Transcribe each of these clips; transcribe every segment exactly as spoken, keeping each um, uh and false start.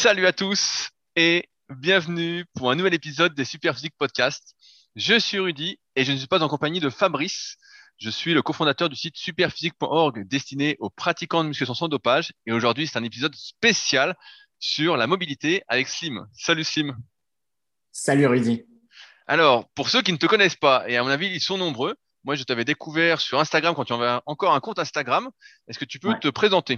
Salut à tous et bienvenue pour un nouvel épisode des Superphysique Podcast. Je suis Rudy et je ne suis pas en compagnie de Fabrice. Je suis le cofondateur du site superphysique point org destiné aux pratiquants de musculation sans dopage. Et aujourd'hui, c'est un épisode spécial sur la mobilité avec Slim. Salut Slim. Salut Rudy. Alors, pour ceux qui ne te connaissent pas, et à mon avis, ils sont nombreux, moi je t'avais découvert sur Instagram quand tu avais encore un compte Instagram. Est-ce que tu peux Ouais. te présenter?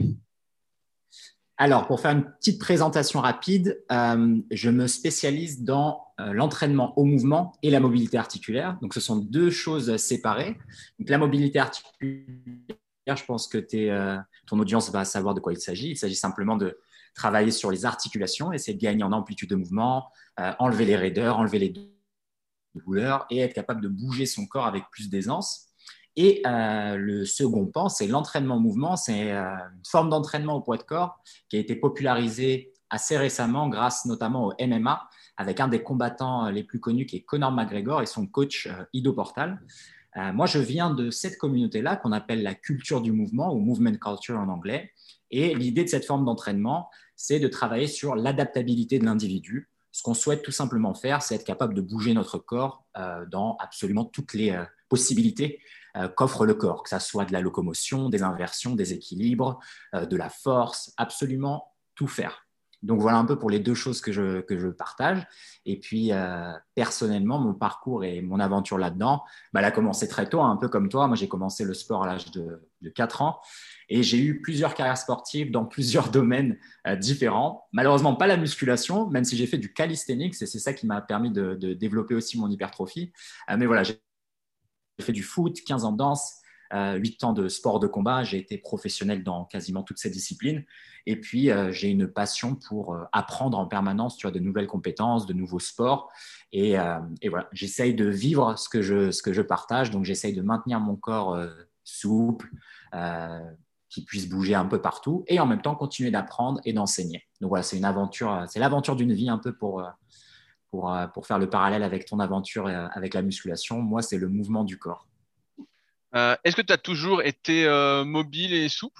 Alors, pour faire une petite présentation rapide, euh, je me spécialise dans euh, l'entraînement au mouvement et la mobilité articulaire. Donc, ce sont deux choses séparées. Donc, la mobilité articulaire, je pense que t'es, euh, ton audience va savoir de quoi il s'agit. Il s'agit simplement de travailler sur les articulations, essayer de gagner en amplitude de mouvement, euh, enlever les raideurs, enlever les douleurs et être capable de bouger son corps avec plus d'aisance. Et euh, le second pan, c'est l'entraînement mouvement. C'est euh, une forme d'entraînement au poids de corps qui a été popularisée assez récemment grâce notamment au M M A avec un des combattants les plus connus qui est Conor McGregor et son coach euh, Ido Portal. Euh, moi, je viens de cette communauté-là qu'on appelle la culture du mouvement ou movement culture en anglais. Et l'idée de cette forme d'entraînement, c'est de travailler sur l'adaptabilité de l'individu. Ce qu'on souhaite tout simplement faire, c'est être capable de bouger notre corps euh, dans absolument toutes les euh, possibilités euh, qu'offre le corps, que ça soit de la locomotion, des inversions, des équilibres, euh, de la force, absolument tout faire. Donc voilà un peu pour les deux choses que je, que je partage. Et puis euh, personnellement, mon parcours et mon aventure là-dedans, bah, elle a commencé très tôt, hein, un peu comme toi. Moi, j'ai commencé le sport à l'âge de, de quatre ans et j'ai eu plusieurs carrières sportives dans plusieurs domaines euh, différents. Malheureusement, pas la musculation, même si j'ai fait du calisthenics et c'est ça qui m'a permis de, de développer aussi mon hypertrophie. Euh, mais voilà, j'ai fait du foot, quinze ans de danse, euh, huit ans de sport de combat. J'ai été professionnel dans quasiment toutes ces disciplines. Et puis, euh, j'ai une passion pour euh, apprendre en permanence, tu vois, de nouvelles compétences, de nouveaux sports. Et, euh, et voilà, j'essaye de vivre ce que je, ce que je partage. Donc, j'essaye de maintenir mon corps euh, souple, euh, qui puisse bouger un peu partout et en même temps continuer d'apprendre et d'enseigner. Donc voilà, c'est une aventure, c'est l'aventure d'une vie un peu pour, euh, pour, euh, pour faire le parallèle avec ton aventure euh, avec la musculation. Moi, c'est le mouvement du corps. Euh, est-ce que tu as toujours été euh, mobile et souple?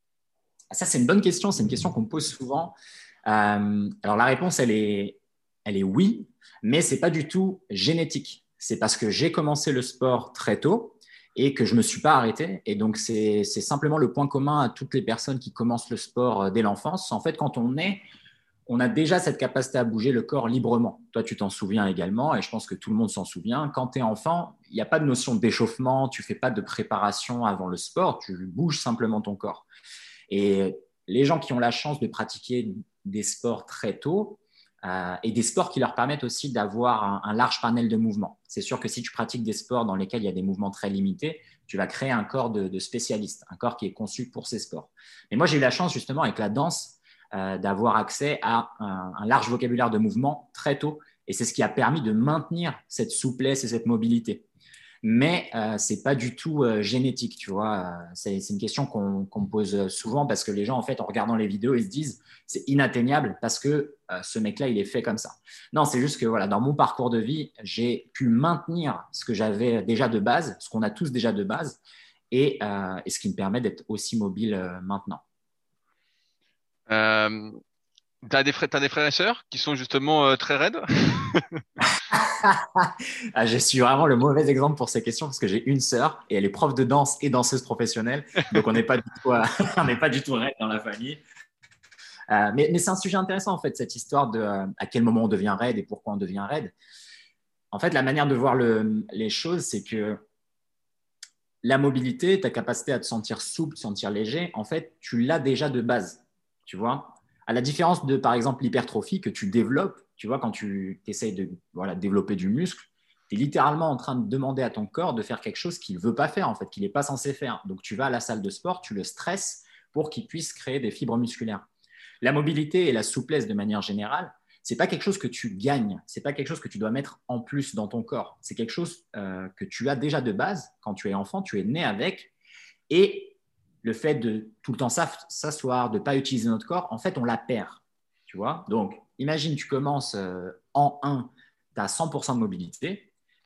Ça, c'est une bonne question. C'est une question qu'on me pose souvent. Euh, alors, la réponse, elle est, elle est oui, mais c'est pas du tout génétique. C'est parce que j'ai commencé le sport très tôt et que je me suis pas arrêté. Et donc, c'est c'est simplement le point commun à toutes les personnes qui commencent le sport euh, dès l'enfance. En fait, quand on est, on a déjà cette capacité à bouger le corps librement. Toi, tu t'en souviens également, et je pense que tout le monde s'en souvient. Quand tu es enfant, il n'y a pas de notion d'échauffement, tu fais pas de préparation avant le sport, tu bouges simplement ton corps. Et les gens qui ont la chance de pratiquer des sports très tôt, euh, et des sports qui leur permettent aussi d'avoir un, un large panel de mouvements. C'est sûr que si tu pratiques des sports dans lesquels il y a des mouvements très limités, tu vas créer un corps de, de spécialiste, un corps qui est conçu pour ces sports. Mais moi, j'ai eu la chance justement avec la danse euh, d'avoir accès à un, un large vocabulaire de mouvements très tôt. Et c'est ce qui a permis de maintenir cette souplesse et cette mobilité. Mais euh, ce n'est pas du tout euh, génétique, tu vois. C'est, c'est une question qu'on, qu'on me pose souvent parce que les gens, en fait, en regardant les vidéos, ils se disent c'est inatteignable parce que euh, ce mec-là, il est fait comme ça. Non, c'est juste que voilà, dans mon parcours de vie, j'ai pu maintenir ce que j'avais déjà de base, ce qu'on a tous déjà de base, et, euh, et ce qui me permet d'être aussi mobile euh, maintenant. Euh, t'as des frères, t'as des frères et sœurs qui sont justement euh, très raides? Ah, je suis vraiment le mauvais exemple pour ces questions parce que j'ai une sœur et elle est prof de danse et danseuse professionnelle. Donc, on n'est pas du tout, euh, on n'est pas du tout raide dans la famille. Euh, mais, mais c'est un sujet intéressant, en fait, cette histoire de euh, à quel moment on devient raide et pourquoi on devient raide. En fait, la manière de voir le, les choses, c'est que la mobilité, ta capacité à te sentir souple, te sentir léger, en fait, tu l'as déjà de base. Tu vois, à la différence de, par exemple, l'hypertrophie que tu développes, tu vois, quand tu essayes de voilà, développer du muscle, tu es littéralement en train de demander à ton corps de faire quelque chose qu'il ne veut pas faire, en fait, qu'il n'est pas censé faire. Donc, tu vas à la salle de sport, tu le stresses pour qu'il puisse créer des fibres musculaires. La mobilité et la souplesse de manière générale, c'est pas quelque chose que tu gagnes, c'est pas quelque chose que tu dois mettre en plus dans ton corps. C'est quelque chose euh, que tu as déjà de base quand tu es enfant, tu es né avec. Et le fait de tout le temps s'asseoir, de ne pas utiliser notre corps, en fait, on la perd. Tu vois. Donc, imagine, tu commences euh, en un, tu as cent pour cent de mobilité.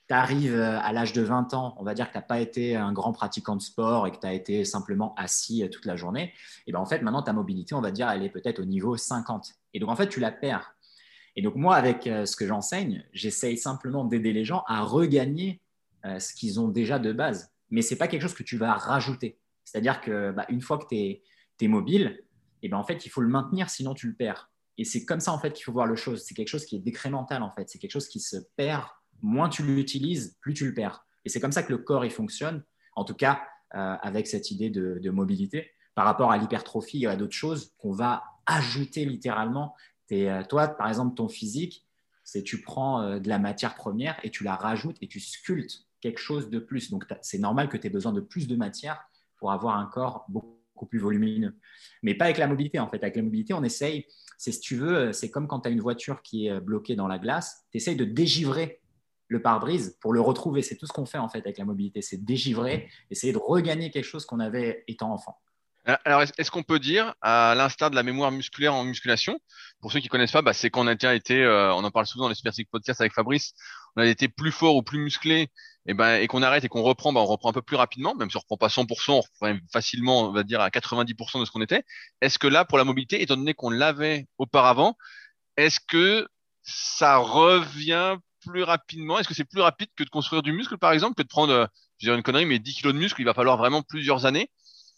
tu arrives à l'âge de vingt ans, on va dire que tu n'as pas été un grand pratiquant de sport et que tu as été simplement assis toute la journée, et ben en fait, maintenant, ta mobilité, on va dire, elle est peut-être au niveau cinquante. Et donc, en fait, tu la perds. Et donc, moi, avec ce que j'enseigne, j'essaye simplement d'aider les gens à regagner ce qu'ils ont déjà de base. Mais ce n'est pas quelque chose que tu vas rajouter. C'est-à-dire que bah, une fois que tu es, es mobile, et ben en fait, il faut le maintenir, sinon tu le perds. Et c'est comme ça, en fait, qu'il faut voir le chose. C'est quelque chose qui est décrémental, en fait. C'est quelque chose qui se perd. Moins tu l'utilises, plus tu le perds. Et c'est comme ça que le corps, il fonctionne. En tout cas, euh, avec cette idée de, de mobilité. Par rapport à l'hypertrophie, il y a d'autres choses qu'on va ajouter littéralement. T'es, euh, toi, par exemple, ton physique, c'est tu prends euh, de la matière première et tu la rajoutes et tu sculptes quelque chose de plus. Donc, c'est normal que tu aies besoin de plus de matière pour avoir un corps beaucoup plus volumineux. Mais pas avec la mobilité, en fait. Avec la mobilité, on essaye, c'est si tu veux, c'est comme quand tu as une voiture qui est bloquée dans la glace, tu essayes de dégivrer le pare-brise pour le retrouver. C'est tout ce qu'on fait, en fait, avec la mobilité. C'est dégivrer, essayer de regagner quelque chose qu'on avait étant enfant. Alors, est-ce qu'on peut dire, à l'instar de la mémoire musculaire en musculation, pour ceux qui connaissent pas, bah, c'est qu'on a déjà été, euh, on en parle souvent dans les Super Physique Podcast avec Fabrice, on a été plus fort ou plus musclé, et ben, et qu'on arrête et qu'on reprend, bah, on reprend un peu plus rapidement, même si on reprend pas cent pour cent, on reprend facilement, on va dire, à quatre-vingt-dix pour cent de ce qu'on était. Est-ce que là, pour la mobilité, étant donné qu'on l'avait auparavant, est-ce que ça revient plus rapidement? Est-ce que c'est plus rapide que de construire du muscle, par exemple, que de prendre, euh, je dirais une connerie, mais dix kilos de muscle, il va falloir vraiment plusieurs années?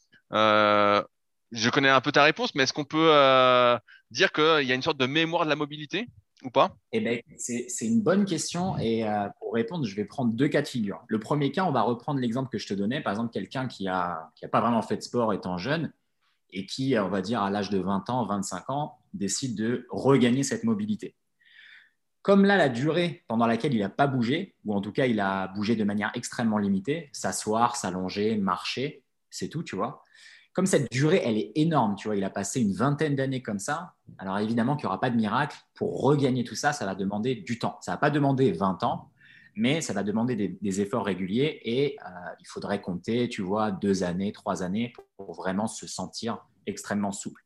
Euh, je connais un peu ta réponse, mais est-ce qu'on peut euh, dire qu'il y a une sorte de mémoire de la mobilité ou pas? Eh ben, c'est, c'est une bonne question et euh, pour répondre, je vais prendre deux cas de figure. Le premier cas, on va reprendre l'exemple que je te donnais, par exemple quelqu'un qui a, qui a pas vraiment fait de sport étant jeune et qui, on va dire à l'âge de vingt ans, vingt-cinq ans, décide de regagner cette mobilité. Comme là, la durée pendant laquelle il n'a pas bougé, ou en tout cas il a bougé de manière extrêmement limitée, s'asseoir, s'allonger, marcher, c'est tout, tu vois. Comme cette durée, elle est énorme, tu vois, il a passé une vingtaine d'années comme ça. Alors évidemment qu'il n'y aura pas de miracle. Pour regagner tout ça, ça va demander du temps. Ça ne va pas demander vingt ans, mais ça va demander des, des efforts réguliers et euh, il faudrait compter, tu vois, deux années, trois années pour vraiment se sentir extrêmement souple.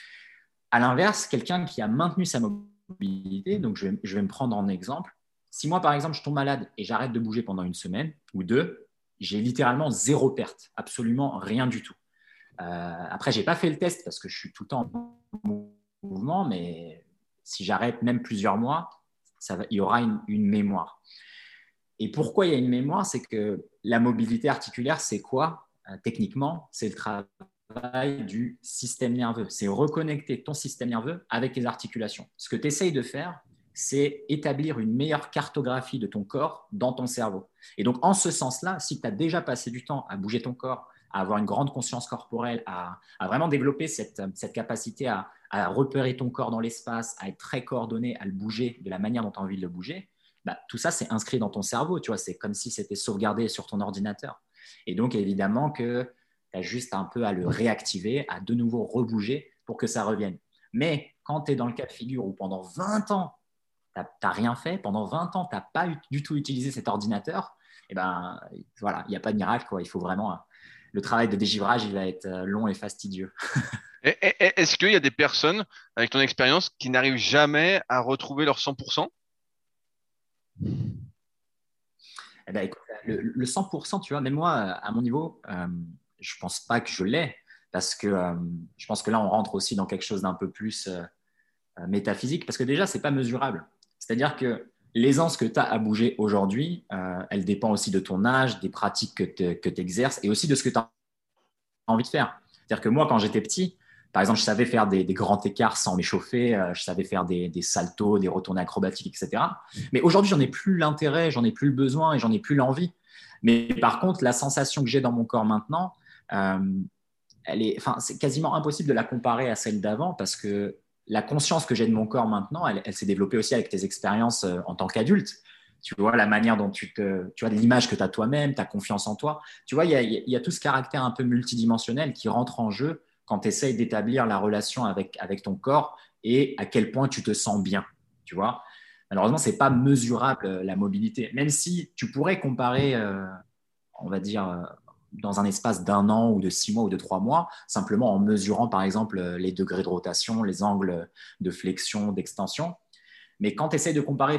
À l'inverse, quelqu'un qui a maintenu sa mobilité, donc je vais, je vais me prendre en exemple. Si moi, par exemple, je tombe malade et j'arrête de bouger pendant une semaine ou deux, j'ai littéralement zéro perte, absolument rien du tout. Euh, après, je n'ai pas fait le test parce que je suis tout le temps en mouvement, mais si j'arrête même plusieurs mois, ça va, il y aura une, une mémoire. Et pourquoi il y a une mémoire? C'est que la mobilité articulaire, c'est quoi? Euh, techniquement, c'est le travail du système nerveux. C'est reconnecter ton système nerveux avec tes articulations. Ce que tu essayes de faire, c'est établir une meilleure cartographie de ton corps dans ton cerveau. Et donc, en ce sens-là, si tu as déjà passé du temps à bouger ton corps, à avoir une grande conscience corporelle, à, à vraiment développer cette, cette capacité à, à repérer ton corps dans l'espace, à être très coordonné, à le bouger de la manière dont tu as envie de le bouger, bah, tout ça, c'est inscrit dans ton cerveau. Tu vois, c'est comme si c'était sauvegardé sur ton ordinateur. Et donc, évidemment que tu as juste un peu à le réactiver, à de nouveau rebouger pour que ça revienne. Mais quand tu es dans le cas de figure où pendant vingt ans, tu n'as rien fait, pendant vingt ans, tu n'as pas du tout utilisé cet ordinateur, et ben voilà, il n'y a pas de miracle, quoi. Il faut vraiment. Le travail de dégivrage, il va être long et fastidieux. Et- et- Est-ce qu'il y a des personnes, avec ton expérience, qui n'arrivent jamais à retrouver leur cent pour cent? Eh ben, écoute, le, le cent pour cent, tu vois, même moi, à mon niveau, euh, je ne pense pas que je l'ai, parce que euh, je pense que là, on rentre aussi dans quelque chose d'un peu plus euh, métaphysique, parce que déjà, ce n'est pas mesurable. C'est-à-dire que l'aisance que tu as à bouger aujourd'hui, euh, elle dépend aussi de ton âge, des pratiques que tu exerces, et aussi de ce que tu as envie de faire. C'est-à-dire que moi, quand j'étais petit, par exemple, je savais faire des, des grands écarts sans m'échauffer, euh, je savais faire des, des saltos, des retournées acrobatiques, et cetera. Mais aujourd'hui, j'en ai plus l'intérêt, j'en ai plus le besoin et j'en ai plus l'envie. Mais par contre, la sensation que j'ai dans mon corps maintenant, euh, elle est, enfin, c'est quasiment impossible de la comparer à celle d'avant parce que la conscience que j'ai de mon corps maintenant, elle, elle s'est développée aussi avec tes expériences euh, en tant qu'adulte. Tu vois, la manière dont tu te, tu vois, l'image que tu as toi-même, ta confiance en toi. Tu vois, il y a, il y a tout ce caractère un peu multidimensionnel qui rentre en jeu quand tu essayes d'établir la relation avec, avec ton corps et à quel point tu te sens bien. Tu vois, malheureusement, c'est pas mesurable euh, la mobilité. Même si tu pourrais comparer, euh, on va dire, euh, dans un espace d'un an ou de six mois ou de trois mois, simplement en mesurant, par exemple, les degrés de rotation, les angles de flexion, d'extension. Mais quand tu essaies de comparer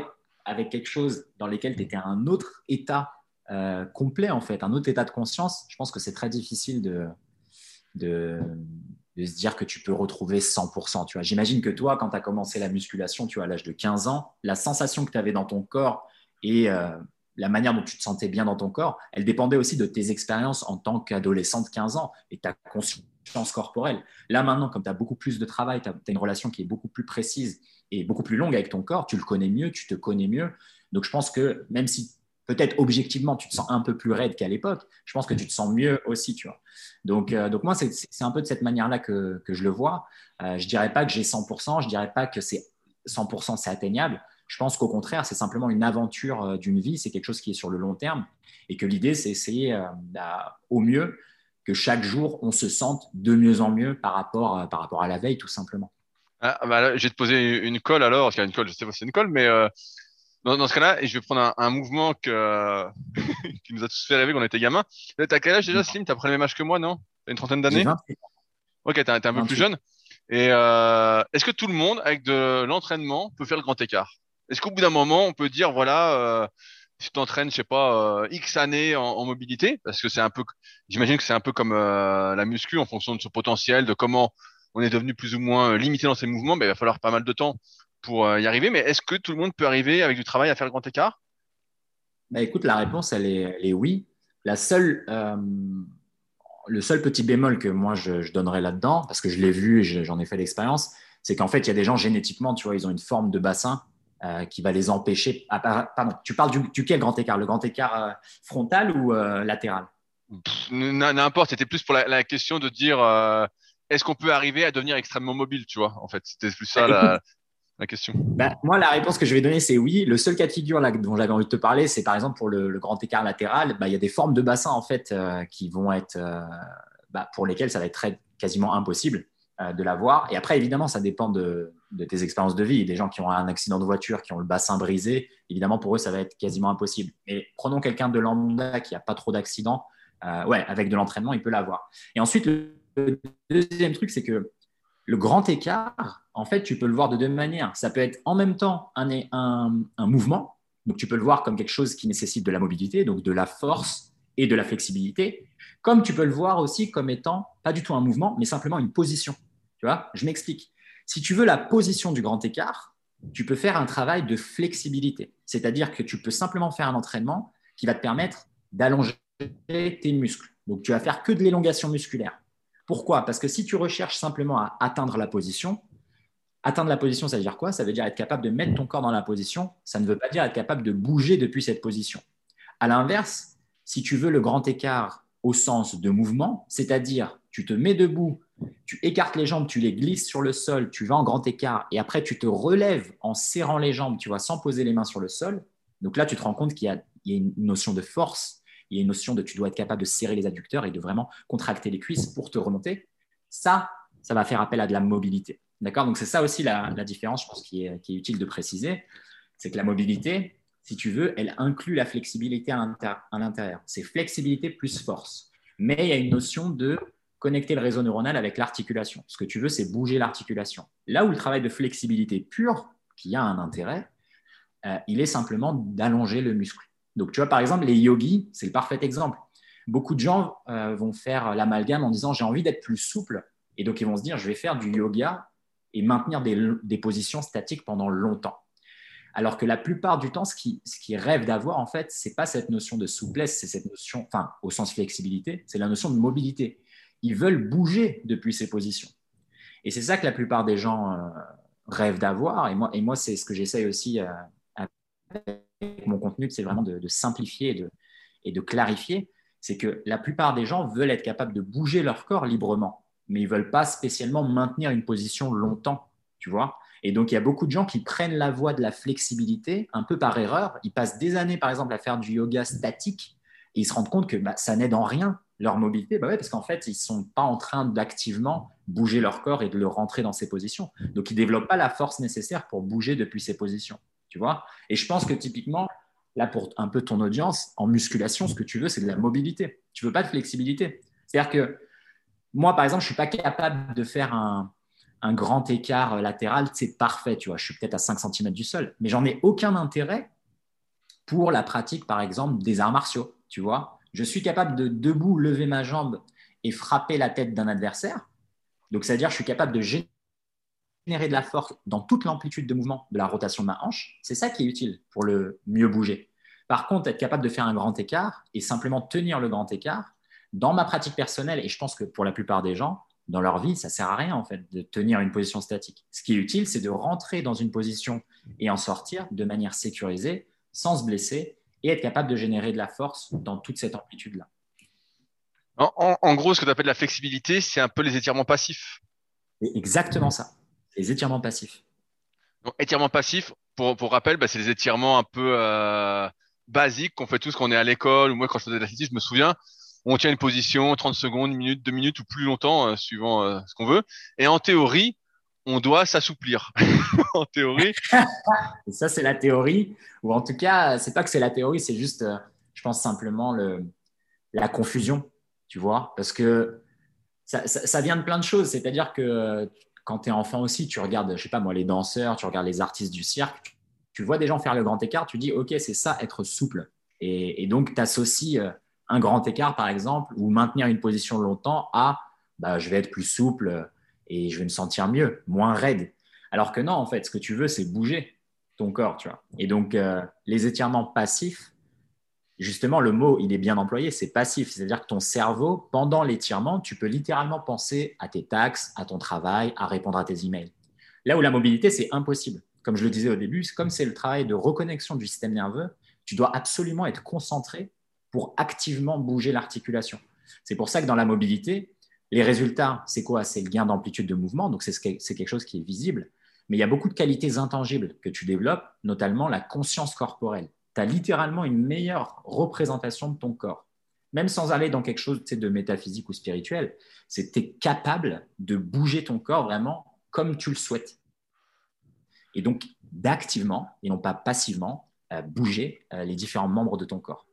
avec quelque chose dans lequel tu étais à un autre état euh, complet, en fait, un autre état de conscience, je pense que c'est très difficile de, de, de se dire que tu peux retrouver cent pour cent. Tu vois. J'imagine que toi, quand tu as commencé la musculation, tu vois, à l'âge de quinze ans, la sensation que tu avais dans ton corps et euh, la manière dont tu te sentais bien dans ton corps, elle dépendait aussi de tes expériences en tant qu'adolescent de quinze ans et ta conscience corporelle. Là, maintenant, comme tu as beaucoup plus de travail, tu as une relation qui est beaucoup plus précise et beaucoup plus longue avec ton corps, tu le connais mieux, tu te connais mieux. Donc, je pense que même si peut-être objectivement, tu te sens un peu plus raide qu'à l'époque, je pense que tu te sens mieux aussi, tu vois. Donc, euh, donc moi, c'est, c'est un peu de cette manière-là que, que je le vois. Euh, je ne dirais pas que j'ai cent pour cent, je ne dirais pas que c'est cent pour cent c'est atteignable. Je pense qu'au contraire, c'est simplement une aventure euh, d'une vie, c'est quelque chose qui est sur le long terme et que l'idée, c'est essayer euh, bah, au mieux que chaque jour, on se sente de mieux en mieux par rapport, euh, par rapport à la veille, tout simplement. Ah, bah là, je vais te poser une colle alors, parce qu'il y a une colle, je sais pas si c'est une colle, mais euh, dans, dans ce cas-là, et je vais prendre un, un mouvement que, qui nous a tous fait rêver quand on était gamin. Là, t'as quel âge déjà, Slim? T'as pris le même âge que moi, non? T'as une trentaine J'ai d'années? vingt-huit ans. Ok, t'es un t'es un peu plus vingt-huit. jeune. Et euh, est-ce que tout le monde, avec de l'entraînement, peut faire le grand écart? Est-ce qu'au bout d'un moment, on peut dire, voilà, euh, si tu t'entraînes, je sais pas, euh, X années en, en mobilité, parce que c'est un peu, j'imagine que c'est un peu comme euh, la muscu en fonction de son potentiel, de comment on est devenu plus ou moins limité dans ses mouvements, mais il va falloir pas mal de temps pour euh, y arriver. Mais est-ce que tout le monde peut arriver avec du travail à faire le grand écart? Bah, écoute, la réponse, elle est, elle est oui. La seule, euh, le seul petit bémol que moi je, je donnerais là-dedans, parce que je l'ai vu et je- j'en ai fait l'expérience, c'est qu'en fait, il y a des gens génétiquement, tu vois, ils ont une forme de bassin euh, qui va les empêcher. Ah, par- pardon, tu parles du, du quel grand écart? Le grand écart euh, frontal ou euh, latéral? Pff, n- N'importe, c'était plus pour la, la question de dire, euh, est-ce qu'on peut arriver à devenir extrêmement mobile, tu vois, en fait, c'était plus Bah, ça écoute, la, la question. bah, moi, la réponse que je vais donner, c'est oui. Le seul cas de figure là, dont j'avais envie de te parler, c'est par exemple pour le, le grand écart latéral. Bah, il y a des formes de bassin en fait euh, qui vont être, euh, bah, pour lesquelles ça va être très, quasiment impossible euh, de l'avoir. Et après, évidemment, ça dépend de, de tes expériences de vie. Des gens qui ont un accident de voiture, qui ont le bassin brisé, évidemment, pour eux, ça va être quasiment impossible. Mais prenons quelqu'un de lambda qui n'a pas trop d'accidents. Euh, ouais, avec de l'entraînement, il peut l'avoir. Et ensuite, le, le deuxième truc, c'est que le grand écart, en fait, tu peux le voir de deux manières. Ça peut être en même temps un, un, un mouvement, donc tu peux le voir comme quelque chose qui nécessite de la mobilité, donc de la force et de la flexibilité, comme tu peux le voir aussi comme étant pas du tout un mouvement, mais simplement une position. Tu vois, je m'explique. Si tu veux la position du grand écart, tu peux faire un travail de flexibilité, c'est-à-dire que tu peux simplement faire un entraînement qui va te permettre d'allonger tes muscles. Donc, tu vas faire que de l'élongation musculaire. Pourquoi? Parce que si tu recherches simplement à atteindre la position, atteindre la position, ça veut dire quoi? Ça veut dire être capable de mettre ton corps dans la position. Ça ne veut pas dire être capable de bouger depuis cette position. À l'inverse, si tu veux le grand écart au sens de mouvement, c'est-à-dire tu te mets debout, tu écartes les jambes, tu les glisses sur le sol, tu vas en grand écart et après tu te relèves en serrant les jambes, tu vois, sans poser les mains sur le sol. Donc là, tu te rends compte qu'il y a, il y a une notion de force, il y a une notion de tu dois être capable de serrer les adducteurs et de vraiment contracter les cuisses pour te remonter. Ça, ça va faire appel à de la mobilité. D'accord? Donc c'est ça aussi la, la différence, je pense, qui est, qui est utile de préciser, c'est que la mobilité, si tu veux, elle inclut la flexibilité à l'intérieur. C'est flexibilité plus force. Mais il y a une notion de connecter le réseau neuronal avec l'articulation. Ce que tu veux, c'est bouger l'articulation. Là où le travail de flexibilité pure, qui a un intérêt, euh, il est simplement d'allonger le muscle. Donc, tu vois, par exemple, les yogis, c'est le parfait exemple. Beaucoup de gens euh, vont faire l'amalgame en disant j'ai envie d'être plus souple. Et donc, ils vont se dire je vais faire du yoga et maintenir des, des positions statiques pendant longtemps. Alors que la plupart du temps, ce qu'ils ce qui rêvent d'avoir, en fait, ce n'est pas cette notion de souplesse, c'est cette notion, enfin, au sens flexibilité, c'est la notion de mobilité. Ils veulent bouger depuis ces positions. Et c'est ça que la plupart des gens euh, rêvent d'avoir. Et moi, et moi c'est ce que j'essaye aussi euh, avec mon contenu, c'est vraiment de, de simplifier et de, et de clarifier. C'est que la plupart des gens veulent être capables de bouger leur corps librement, mais ils ne veulent pas spécialement maintenir une position longtemps, tu vois. Et donc, il y a beaucoup de gens qui prennent la voie de la flexibilité un peu par erreur. Ils passent des années, par exemple, à faire du yoga statique et ils se rendent compte que bah, ça n'aide en rien leur mobilité. Bah ouais, parce qu'en fait, ils ne sont pas en train d'activement bouger leur corps et de le rentrer dans ces positions. Donc, ils ne développent pas la force nécessaire pour bouger depuis ces positions, tu vois. Et je pense que typiquement, là, pour un peu ton audience, en musculation, ce que tu veux, c'est de la mobilité. Tu ne veux pas de flexibilité. C'est-à-dire que moi, par exemple, je ne suis pas capable de faire un, un grand écart latéral, c'est parfait, tu vois. Je suis peut-être à cinq centimètres du sol, mais j'en ai aucun intérêt pour la pratique, par exemple, des arts martiaux. Tu vois, je suis capable de debout lever ma jambe et frapper la tête d'un adversaire. Donc, c'est-à-dire que je suis capable de générer de la force dans toute l'amplitude de mouvement de la rotation de ma hanche. C'est ça qui est utile pour le mieux bouger. Par contre, être capable de faire un grand écart et simplement tenir le grand écart, dans ma pratique personnelle, et je pense que pour la plupart des gens, dans leur vie, ça ne sert à rien en fait de tenir une position statique. Ce qui est utile, c'est de rentrer dans une position et en sortir de manière sécurisée, sans se blesser, et être capable de générer de la force dans toute cette amplitude-là. En, en- en gros, ce que tu appelles la flexibilité, c'est un peu les étirements passifs. C'est exactement ça, les étirements passifs. Donc, étirements passifs, pour, pour rappel, bah, c'est les étirements un peu euh, basiques qu'on fait tous quand on est à l'école, ou moi quand je faisais de l'athlétisme, je me souviens, on tient une position trente secondes, une minute, deux minutes ou plus longtemps, euh, suivant euh, ce qu'on veut. Et en théorie, on doit s'assouplir. En théorie. Et ça, c'est la théorie, ou en tout cas, c'est pas que c'est la théorie, c'est juste, euh, je pense simplement le, la confusion, tu vois, parce que ça, ça, ça vient de plein de choses. C'est-à-dire que euh, quand tu es enfant aussi, tu regardes, je sais pas moi, les danseurs, tu regardes les artistes du cirque, tu, tu vois des gens faire le grand écart, tu dis, OK, c'est ça, être souple. Et, et donc, tu associes euh, un grand écart, par exemple, ou maintenir une position longtemps à, bah, je vais être plus souple euh, et je vais me sentir mieux, moins raide. Alors que non, en fait, ce que tu veux, c'est bouger ton corps, tu vois. Et donc, euh, les étirements passifs, justement, le mot, il est bien employé, c'est passif. C'est-à-dire que ton cerveau, pendant l'étirement, tu peux littéralement penser à tes taxes, à ton travail, à répondre à tes emails. Là où la mobilité, c'est impossible. Comme je le disais au début, comme c'est le travail de reconnexion du système nerveux, tu dois absolument être concentré pour activement bouger l'articulation. C'est pour ça que dans la mobilité, les résultats, c'est quoi? C'est le gain d'amplitude de mouvement, donc c'est quelque chose qui est visible. Mais il y a beaucoup de qualités intangibles que tu développes, notamment la conscience corporelle. Tu as littéralement une meilleure représentation de ton corps. Même sans aller dans quelque chose de métaphysique ou spirituel, c'est que tu es capable de bouger ton corps vraiment comme tu le souhaites. Et donc, d'activement, et non pas passivement, euh, bouger euh, les différents membres de ton corps.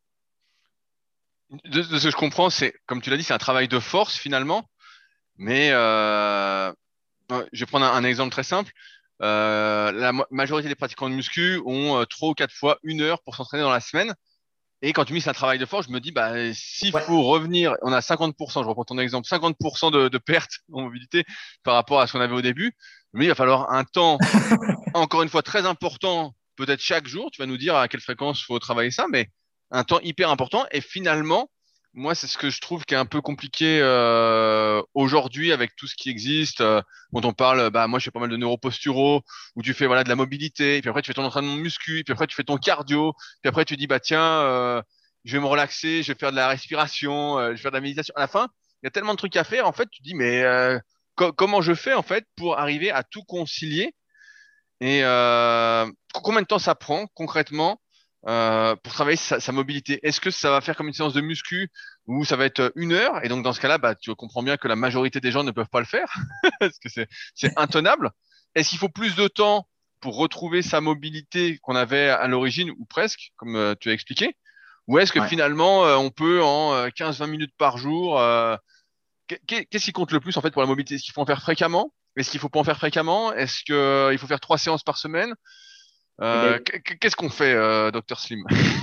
De, de ce que je comprends, c'est, comme tu l'as dit, c'est un travail de force finalement. Mais euh, ouais, je vais prendre un, un exemple très simple. Euh, la mo- majorité des pratiquants de muscu ont euh, trois ou quatre fois une heure pour s'entraîner dans la semaine. Et quand tu mis c'est un travail de force, je me dis, bah, s'il Ouais. faut revenir, on a cinquante pour cent, je reprends ton exemple, cinquante pour cent de, de perte en mobilité par rapport à ce qu'on avait au début. Mais il va falloir un temps, encore une fois, très important, peut-être chaque jour. Tu vas nous dire à quelle fréquence il faut travailler ça, mais un temps hyper important. Et finalement, moi, c'est ce que je trouve qui est un peu compliqué euh, aujourd'hui avec tout ce qui existe. Euh, quand on parle, bah moi, je fais pas mal de neuroposturaux, où tu fais voilà de la mobilité, et puis après tu fais ton entraînement de muscu, et puis après tu fais ton cardio, puis après tu dis bah tiens, euh, je vais me relaxer, je vais faire de la respiration, euh, je vais faire de la méditation. À la fin, il y a tellement de trucs à faire. En fait, tu dis mais euh, co- comment je fais en fait pour arriver à tout concilier et euh, combien de temps ça prend concrètement euh, pour travailler sa, sa mobilité? Est-ce que ça va faire comme une séance de muscu où ça va être une heure et donc dans ce cas-là, bah, tu comprends bien que la majorité des gens ne peuvent pas le faire parce que c'est c'est intenable. Est-ce qu'il faut plus de temps pour retrouver sa mobilité qu'on avait à l'origine ou presque, comme euh, tu as expliqué? Ou est-ce que Ouais. finalement euh, on peut en euh, quinze vingt minutes par jour euh, Qu'est- Qu'est-ce qui compte le plus en fait pour la mobilité? Est-ce qu'il faut en faire fréquemment? Est-ce qu'il faut pas en faire fréquemment? Est-ce que euh, il faut faire trois séances par semaine? Eh Euh, ben, qu- Qu'est-ce qu'on fait, euh, docteur Slim?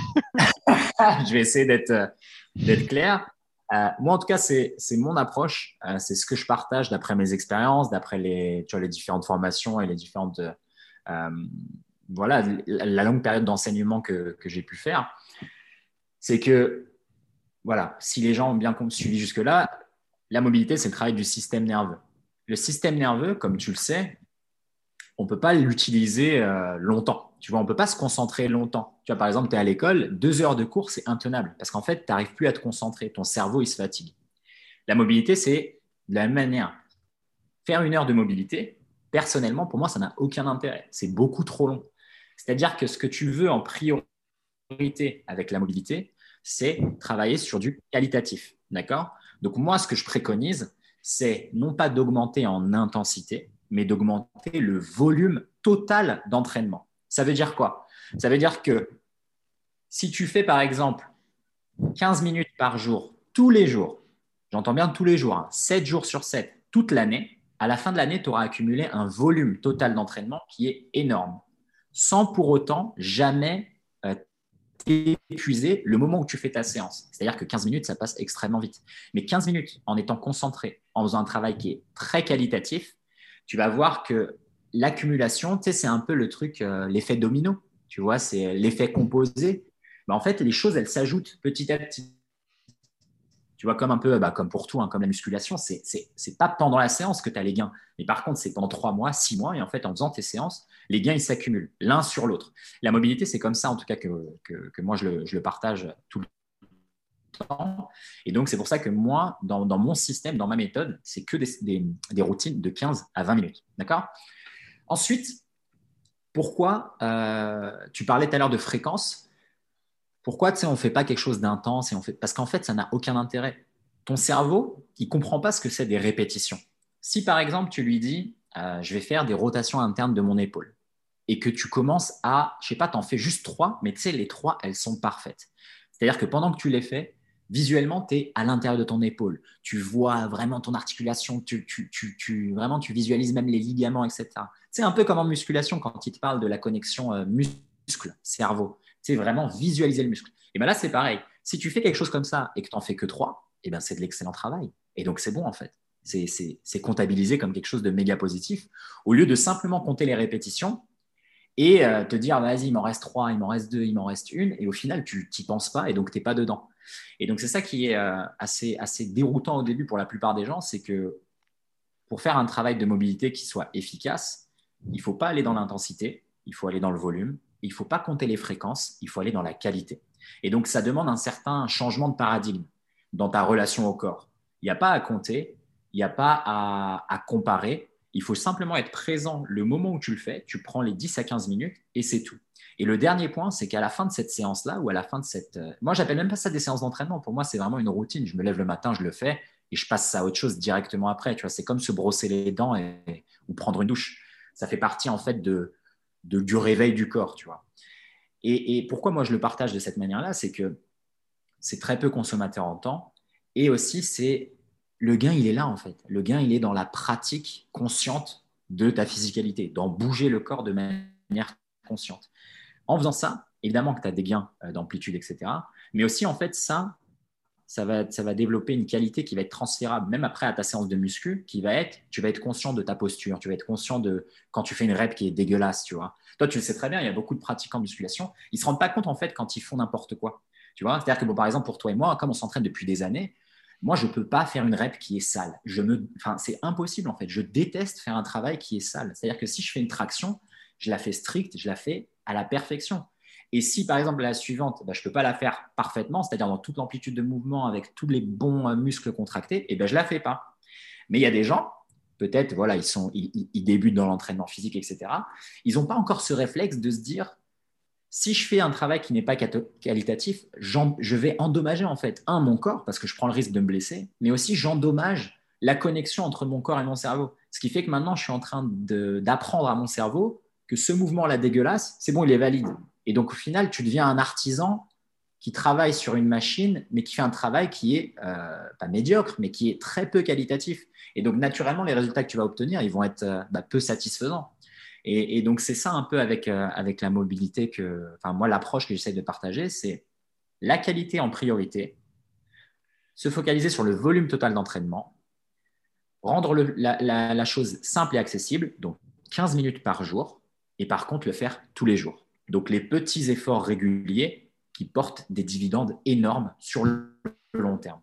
je vais essayer d'être euh, d'être clair. Euh, moi, en tout cas, c'est c'est mon approche. Euh, c'est ce que je partage d'après mes expériences, d'après les, tu vois, les différentes formations et les différentes, euh, voilà, la, la longue période d'enseignement que, que j'ai pu faire. C'est que, voilà, si les gens ont bien suivi jusque-là, la mobilité, c'est le travail du système nerveux. Le système nerveux, comme tu le sais, on ne peut pas l'utiliser euh, longtemps. Tu vois, on ne peut pas se concentrer longtemps. Tu vois, par exemple, tu es à l'école, deux heures de cours, c'est intenable parce qu'en fait, tu n'arrives plus à te concentrer. Ton cerveau, il se fatigue. La mobilité, c'est de la même manière. Faire une heure de mobilité, personnellement, pour moi, ça n'a aucun intérêt. C'est beaucoup trop long. C'est-à-dire que ce que tu veux en priorité avec la mobilité, c'est travailler sur du qualitatif. D'accord? Donc, moi, ce que je préconise, c'est non pas d'augmenter en intensité, mais d'augmenter le volume total d'entraînement. Ça veut dire quoi? Ça veut dire que si tu fais, par exemple, quinze minutes par jour, tous les jours, j'entends bien tous les jours, hein, sept jours sur sept, toute l'année, à la fin de l'année, tu auras accumulé un volume total d'entraînement qui est énorme, sans pour autant jamais euh, épuisé le moment où tu fais ta séance. C'est-à-dire que quinze minutes, ça passe extrêmement vite. Mais quinze minutes, en étant concentré, en faisant un travail qui est très qualitatif, tu vas voir que l'accumulation, tu sais, c'est un peu le truc, euh, l'effet domino. Tu vois, c'est l'effet composé. Ben, en fait, les choses, elles s'ajoutent petit à petit. Tu vois, comme un peu, bah, comme pour tout, hein, comme la musculation, c'est, c'est, c'est pas pendant la séance que tu as les gains. Mais par contre, c'est pendant trois mois, six mois. Et en fait, en faisant tes séances, les gains, ils s'accumulent l'un sur l'autre. La mobilité, c'est comme ça, en tout cas, que, que, que moi, je le, je le partage tout le temps. Et donc, c'est pour ça que moi, dans, dans mon système, dans ma méthode, c'est que des, des, des routines de quinze à vingt minutes. D'accord? Ensuite, pourquoi euh, tu parlais tout à l'heure de fréquence. Pourquoi tu sais, on ne fait pas quelque chose d'intense et on fait... Parce qu'en fait, ça n'a aucun intérêt. Ton cerveau, il ne comprend pas ce que c'est des répétitions. Si par exemple, tu lui dis, euh, je vais faire des rotations internes de mon épaule et que tu commences à, je sais pas, tu en fais juste trois, mais tu sais, les trois, elles sont parfaites. C'est-à-dire que pendant que tu les fais, visuellement, tu es à l'intérieur de ton épaule. Tu vois vraiment ton articulation, tu, tu, tu, tu, vraiment, tu visualises même les ligaments, et cetera. C'est un peu comme en musculation quand il te parle de la connexion euh, muscle-cerveau. C'est vraiment visualiser le muscle. Et bien là, c'est pareil. Si tu fais quelque chose comme ça et que tu n'en fais que trois, et ben c'est de l'excellent travail. Et donc, c'est bon en fait. C'est, c'est, c'est comptabilisé comme quelque chose de méga positif. Au lieu de simplement compter les répétitions et euh, te dire, vas-y, il m'en reste trois, il m'en reste deux, il m'en reste une. Et au final, tu n'y penses pas et donc tu n'es pas dedans. Et donc, c'est ça qui est euh, assez, assez déroutant au début pour la plupart des gens, c'est que pour faire un travail de mobilité qui soit efficace, il ne faut pas aller dans l'intensité, il faut aller dans le volume. Il ne faut pas compter les fréquences, il faut aller dans la qualité. Et donc, ça demande un certain changement de paradigme dans ta relation au corps. Il n'y a pas à compter, il n'y a pas à, à comparer. Il faut simplement être présent le moment où tu le fais. Tu prends les dix à quinze minutes et c'est tout. Et le dernier point, c'est qu'à la fin de cette séance-là ou à la fin de cette… Moi, j'appelle même pas ça des séances d'entraînement. Pour moi, c'est vraiment une routine. Je me lève le matin, je le fais et je passe à autre chose directement après. Tu vois, c'est comme se brosser les dents et, ou prendre une douche. Ça fait partie en fait de, de, du réveil du corps, tu vois. Et, et pourquoi moi je le partage de cette manière-là, c'est que c'est très peu consommateur en temps et aussi c'est le gain, il est là en fait. Le gain, il est dans la pratique consciente de ta physicalité, dans bouger le corps de manière consciente. En faisant ça, évidemment que tu as des gains d'amplitude, et cetera. Mais aussi en fait ça, ça va, ça va développer une qualité qui va être transférable même après à ta séance de muscu, qui va être, tu vas être conscient de ta posture, tu vas être conscient de quand tu fais une rep qui est dégueulasse, tu vois. Toi, tu le sais très bien, il y a beaucoup de pratiquants de musculation, ils ne se rendent pas compte en fait quand ils font n'importe quoi. Tu vois, c'est-à-dire que bon, par exemple, pour toi et moi, comme on s'entraîne depuis des années, moi, je ne peux pas faire une rep qui est sale. Je me, enfin, c'est impossible en fait. Je déteste faire un travail qui est sale. C'est-à-dire que si je fais une traction, je la fais stricte, je la fais à la perfection. Et si, par exemple, la suivante, bah, je ne peux pas la faire parfaitement, c'est-à-dire dans toute l'amplitude de mouvement, avec tous les bons euh, muscles contractés, et ben, je ne la fais pas. Mais il y a des gens, peut-être, voilà, ils, sont, ils, ils débutent dans l'entraînement physique, et cetera. Ils n'ont pas encore ce réflexe de se dire, si je fais un travail qui n'est pas qualitatif, je vais endommager en fait, un, mon corps, parce que je prends le risque de me blesser, mais aussi j'endommage la connexion entre mon corps et mon cerveau. Ce qui fait que maintenant, je suis en train de, d'apprendre à mon cerveau que ce mouvement-là dégueulasse, c'est bon, il est valide. Et donc, au final, tu deviens un artisan qui travaille sur une machine, mais qui fait un travail qui est euh, pas médiocre, mais qui est très peu qualitatif. Et donc, naturellement, les résultats que tu vas obtenir, ils vont être euh, bah, peu satisfaisants. Et, et donc, c'est ça un peu avec, euh, avec la mobilité que, enfin, moi, l'approche que j'essaie de partager, c'est la qualité en priorité, se focaliser sur le volume total d'entraînement, rendre le, la, la, la chose simple et accessible, donc quinze minutes par jour, et par contre, le faire tous les jours. Donc, les petits efforts réguliers qui portent des dividendes énormes sur le long terme.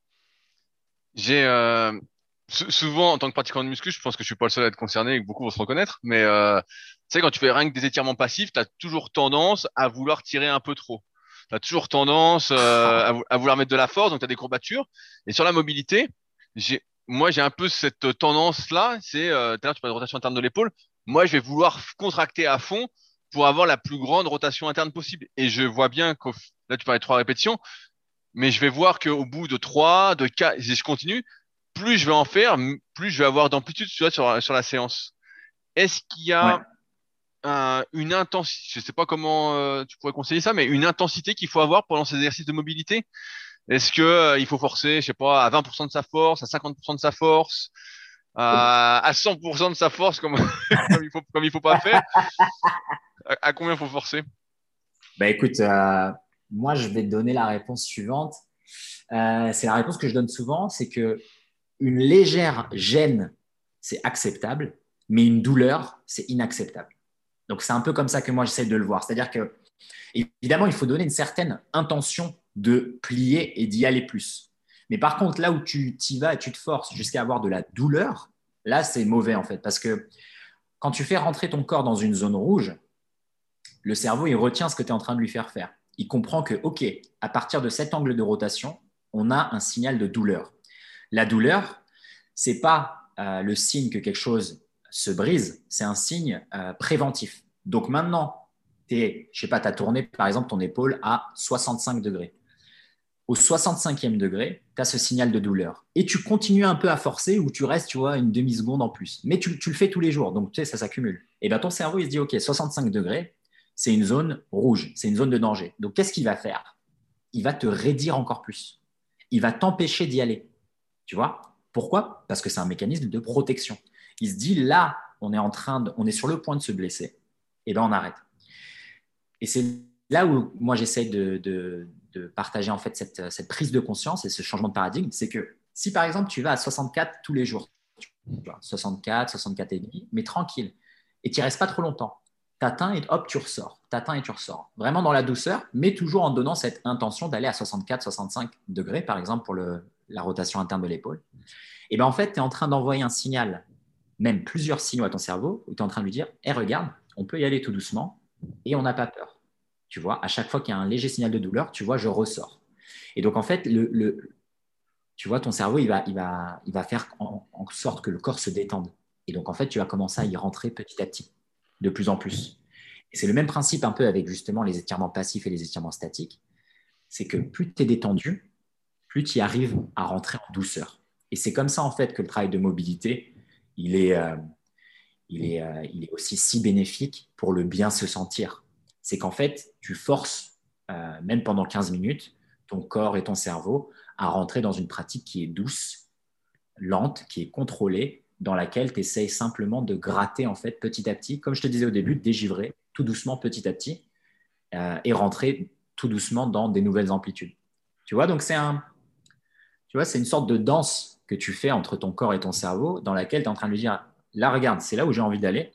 J'ai euh, sou- souvent, en tant que pratiquant de muscu, je pense que je suis pas le seul à être concerné et que beaucoup vont se reconnaître, mais euh, tu sais, quand tu fais rien que des étirements passifs, tu as toujours tendance à vouloir tirer un peu trop. Tu as toujours tendance euh, à, vou- à vouloir mettre de la force, donc tu as des courbatures. Et sur la mobilité, j'ai, moi, j'ai un peu cette tendance-là, c'est, euh, tout à l'heure, tu parlais de rotation interne de l'épaule. Moi, je vais vouloir f- contracter à fond pour avoir la plus grande rotation interne possible. Et je vois bien qu'au, f- là, tu parlais de trois répétitions, mais je vais voir qu'au bout de trois, de quatre, si je continue, plus je vais en faire, m- plus je vais avoir d'amplitude, tu vois, sur, sur la séance. Est-ce qu'il y Ouais. a un- une intensité, je sais pas comment euh, tu pourrais conseiller ça, mais une intensité qu'il faut avoir pendant ces exercices de mobilité? Est-ce que euh, il faut forcer, je sais pas, à vingt pour cent de sa force, à cinquante pour cent de sa force, à, à cent pour cent de sa force, comme, comme il faut, comme il faut pas faire? À, à combien faut forcer? Bah, écoute, euh, moi, je vais te donner la réponse suivante. Euh, c'est la réponse que je donne souvent, c'est que une légère gêne, c'est acceptable, mais une douleur, c'est inacceptable. Donc, c'est un peu comme ça que moi, j'essaie de le voir. C'est-à-dire que, évidemment, il faut donner une certaine intention de plier et d'y aller plus. Mais par contre, là où tu t'y vas et tu te forces jusqu'à avoir de la douleur, là, c'est mauvais en fait. Parce que quand tu fais rentrer ton corps dans une zone rouge, le cerveau, il retient ce que tu es en train de lui faire faire. Il comprend que, OK, à partir de cet angle de rotation, on a un signal de douleur. La douleur, ce n'est pas euh, le signe que quelque chose se brise, c'est un signe euh, préventif. Donc maintenant, tu je sais pas, as tourné par exemple ton épaule à soixante-cinq degrés. Au soixante-cinquième degré, tu as ce signal de douleur. Et tu continues un peu à forcer ou tu restes, tu vois, une demi-seconde en plus. Mais tu, tu le fais tous les jours, donc tu sais, ça s'accumule. Et bien ton cerveau, il se dit, OK, soixante-cinq degrés, c'est une zone rouge, c'est une zone de danger. Donc qu'est-ce qu'il va faire? Il va te raidir encore plus. Il va t'empêcher d'y aller. Tu vois? Pourquoi? Parce que c'est un mécanisme de protection. Il se dit, là, on est en train de, on est sur le point de se blesser. Et bien on arrête. Et c'est là où moi j'essaie de, de, de partager en fait cette, cette, prise de conscience et ce changement de paradigme, c'est que si par exemple tu vas à soixante-quatre tous les jours, soixante-quatre, soixante-quatre et demi, mais tranquille, et tu n'y restes pas trop longtemps, t'atteins et hop, tu ressors, t'atteins et tu ressors. Vraiment dans la douceur, mais toujours en donnant cette intention d'aller à soixante-quatre, soixante-cinq degrés, par exemple pour le, la rotation interne de l'épaule. Et bien en fait, tu es en train d'envoyer un signal, même plusieurs signaux à ton cerveau, où tu es en train de lui dire, hé, hey, regarde, on peut y aller tout doucement et on n'a pas peur. Tu vois, à chaque fois qu'il y a un léger signal de douleur, tu vois, je ressors. Et donc, en fait, le, le, tu vois, ton cerveau, il va, il va, il va faire en, en sorte que le corps se détende. Et donc, en fait, tu vas commencer à y rentrer petit à petit, de plus en plus. Et c'est le même principe un peu avec justement les étirements passifs et les étirements statiques. C'est que plus tu es détendu, plus tu y arrives à rentrer en douceur. Et c'est comme ça, en fait, que le travail de mobilité, il est, euh, il est, euh, il est aussi si bénéfique pour le bien se sentir. C'est qu'en fait, tu forces, euh, même pendant quinze minutes, ton corps et ton cerveau à rentrer dans une pratique qui est douce, lente, qui est contrôlée, dans laquelle tu essayes simplement de gratter en fait petit à petit, comme je te disais au début, de dégivrer tout doucement petit à petit euh, et rentrer tout doucement dans des nouvelles amplitudes. Tu vois, donc c'est un, tu vois, c'est une sorte de danse que tu fais entre ton corps et ton cerveau, dans laquelle tu es en train de lui dire, là, regarde, c'est là où j'ai envie d'aller,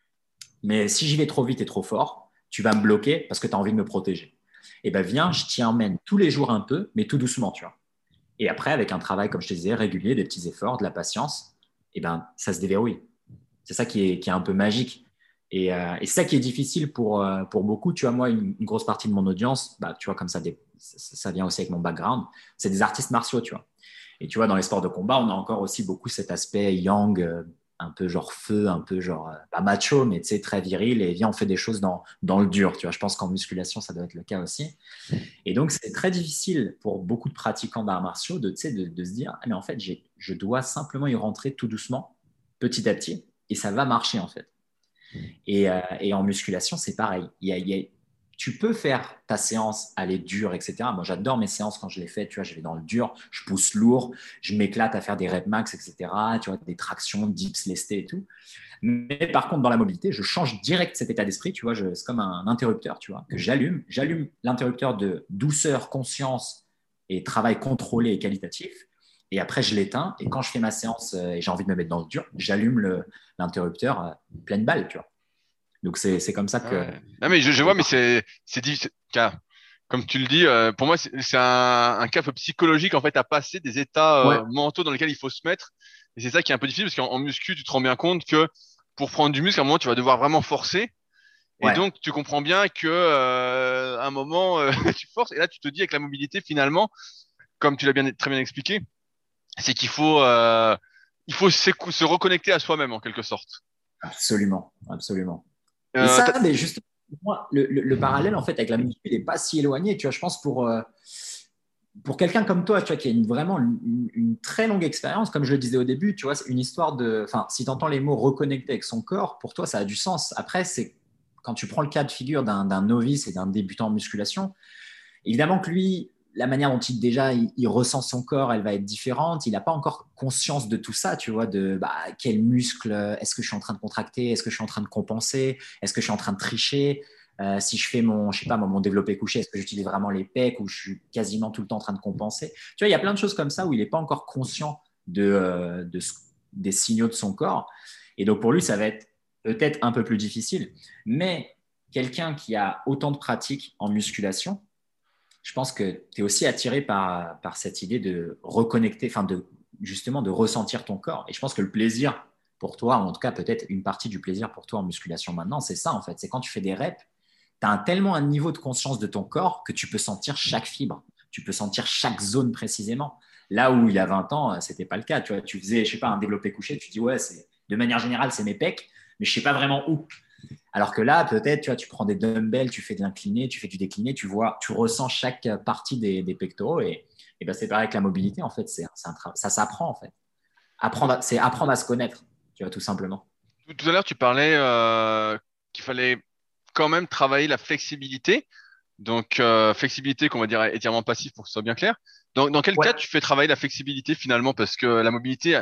mais si j'y vais trop vite et trop fort, tu vas me bloquer parce que tu as envie de me protéger. Et bien, viens, je t'y emmène tous les jours un peu, mais tout doucement, tu vois. Et après, avec un travail, comme je te disais, régulier, des petits efforts, de la patience, et ben, ça se déverrouille. C'est ça qui est, qui est un peu magique. Et, euh, et c'est ça qui est difficile pour, euh, pour beaucoup. Tu vois, moi, une, une grosse partie de mon audience, bah, tu vois, comme ça, des, ça, ça vient aussi avec mon background, c'est des artistes martiaux, tu vois. Et tu vois, dans les sports de combat, on a encore aussi beaucoup cet aspect yang, euh, un peu genre feu, un peu genre, euh, pas macho, mais tu sais, très viril. Et viens, on fait des choses dans, dans le dur. Tu vois, je pense qu'en musculation, ça doit être le cas aussi. Et donc, c'est très difficile pour beaucoup de pratiquants d'arts martiaux de, tu sais, de, de se dire, ah, mais en fait, j'ai, je dois simplement y rentrer tout doucement, petit à petit, et ça va marcher, en fait. Et, euh, et en musculation, c'est pareil. Il y a, il y a, tu peux faire ta séance, aller dur, et cetera. Moi, j'adore mes séances quand je les fais. Tu vois, je vais dans le dur, je pousse lourd, je m'éclate à faire des reps max, et cetera. Tu vois, des tractions, dips, lestés et tout. Mais par contre, dans la mobilité, je change direct cet état d'esprit. Tu vois, je, c'est comme un interrupteur, tu vois, que j'allume. J'allume l'interrupteur de douceur, conscience et travail contrôlé et qualitatif. Et après, je l'éteins. Et quand je fais ma séance euh, et j'ai envie de me mettre dans le dur, j'allume le, l'interrupteur euh, pleine balle, tu vois. Donc, c'est, c'est comme ça que. Ouais. Non, mais je, je vois, mais c'est, c'est, dit- c'est- car, comme tu le dis, euh, pour moi, c'est c'est un, un cap psychologique, en fait, à passer des états Ouais, euh, mentaux dans lesquels il faut se mettre. Et c'est ça qui est un peu difficile, parce qu'en en muscu, tu te rends bien compte que pour prendre du muscle, à un moment, tu vas devoir vraiment forcer. Et ouais, donc, tu comprends bien que, euh, à un moment, euh, tu forces. Et là, tu te dis avec la mobilité, finalement, comme tu l'as bien, très bien expliqué, c'est qu'il faut, euh, il faut s'écou- se reconnecter à soi-même, en quelque sorte. absolument, absolument. Et Euh, t'as- ça, mais justement, moi, le, le, le parallèle, en fait, avec la muscu, il n'est pas si éloigné. Tu vois, je pense pour. Euh, pour quelqu'un comme toi, tu vois, qui a une, vraiment une, une, très longue expérience, comme je le disais au début, tu vois, c'est une histoire de. Enfin, si tu entends les mots reconnecter avec son corps, pour toi, ça a du sens. Après, c'est quand tu prends le cas de figure d'un, d'un novice et d'un débutant en musculation, évidemment que lui, la manière dont il déjà il, il ressent son corps, elle va être différente. Il n'a pas encore conscience de tout ça, tu vois, de bah, quel muscle, est-ce que je suis en train de contracter, est-ce que je suis en train de compenser, est-ce que je suis en train de tricher. Euh, si je fais mon, je sais pas, mon développé couché, est-ce que j'utilise vraiment les pecs ou je suis quasiment tout le temps en train de compenser? Tu vois, il y a plein de choses comme ça où il n'est pas encore conscient de, euh, de, des signaux de son corps. Et donc, pour lui, ça va être peut-être un peu plus difficile. Mais quelqu'un qui a autant de pratiques en musculation, je pense que tu es aussi attiré par, par cette idée de reconnecter, enfin, de, justement, de ressentir ton corps. Et je pense que le plaisir pour toi, ou en tout cas, peut-être une partie du plaisir pour toi en musculation maintenant, c'est ça, en fait. C'est quand tu fais des reps, tu as tellement un niveau de conscience de ton corps que tu peux sentir chaque fibre, tu peux sentir chaque zone précisément. Là où il y a vingt ans, ce n'était pas le cas. Tu vois, tu faisais, je sais pas, un développé couché, tu dis, ouais, c'est, de manière générale, c'est mes pecs, mais je ne sais pas vraiment où. Alors que là, peut-être, tu vois, tu prends des dumbbells, tu fais de l'incliné, tu fais du décliné, tu vois, tu ressens chaque partie des, des pectoraux. Et, et ben, c'est pareil avec la mobilité, en fait. C'est, c'est un tra- ça s'apprend, en fait. Apprendre à- c'est apprendre à se connaître, tu vois, tout simplement. Tout, tout à l'heure, tu parlais euh, qu'il fallait quand même travailler la flexibilité. Donc, euh, flexibilité, qu'on va dire étirement passif pour que ce soit bien clair. Dans, dans quel cas Ouais, tu fais travailler la flexibilité finalement? Parce que la mobilité,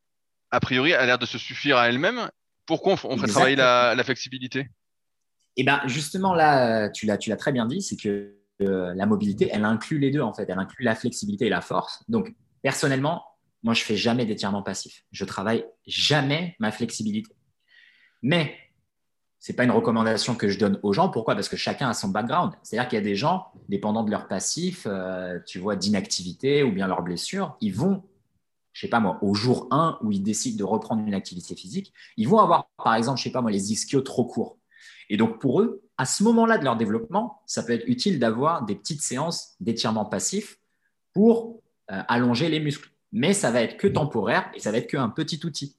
a priori, a l'air de se suffire à elle-même. Pourquoi on, f- on ferait travailler exactement. la, la flexibilité? Et ben justement, là, tu l'as, tu l'as très bien dit, c'est que euh, la mobilité, elle inclut les deux, en fait. Elle inclut la flexibilité et la force. Donc, personnellement, moi, je fais jamais d'étirement passif. Je travaille jamais ma flexibilité. Mais c'est pas une recommandation que je donne aux gens. Pourquoi? Parce que chacun a son background. C'est-à-dire qu'il y a des gens, dépendant de leur passif, euh, tu vois, d'inactivité ou bien leur blessure, ils vont, je sais pas moi, au jour un où ils décident de reprendre une activité physique, ils vont avoir, par exemple, je sais pas moi, les ischios trop courts. Et donc, pour eux, à ce moment-là de leur développement, ça peut être utile d'avoir des petites séances d'étirement passif pour euh, allonger les muscles. Mais ça va être que temporaire et ça va être qu'un petit outil.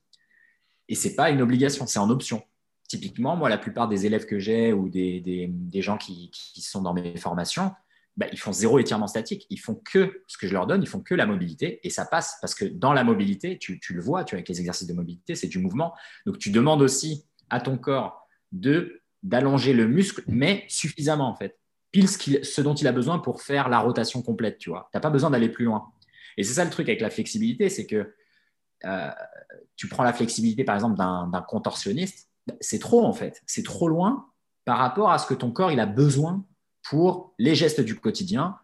Et c'est pas une obligation, c'est en option. Typiquement, moi, la plupart des élèves que j'ai ou des, des, des gens qui, qui, sont dans mes formations, bah, ils font zéro étirement statique. Ils font que ce que je leur donne, ils font que la mobilité et ça passe parce que dans la mobilité, tu, tu le vois, tu vois, avec les exercices de mobilité, c'est du mouvement. Donc, tu demandes aussi à ton corps de d'allonger le muscle, mais suffisamment en fait. Pile ce, ce dont il a besoin pour faire la rotation complète, tu vois. Tu n'as pas besoin d'aller plus loin. Et c'est ça le truc avec la flexibilité, c'est que euh, tu prends la flexibilité, par exemple, d'un, d'un contorsionniste, c'est trop, en fait. C'est trop loin par rapport à ce que ton corps il a besoin pour les gestes du quotidien,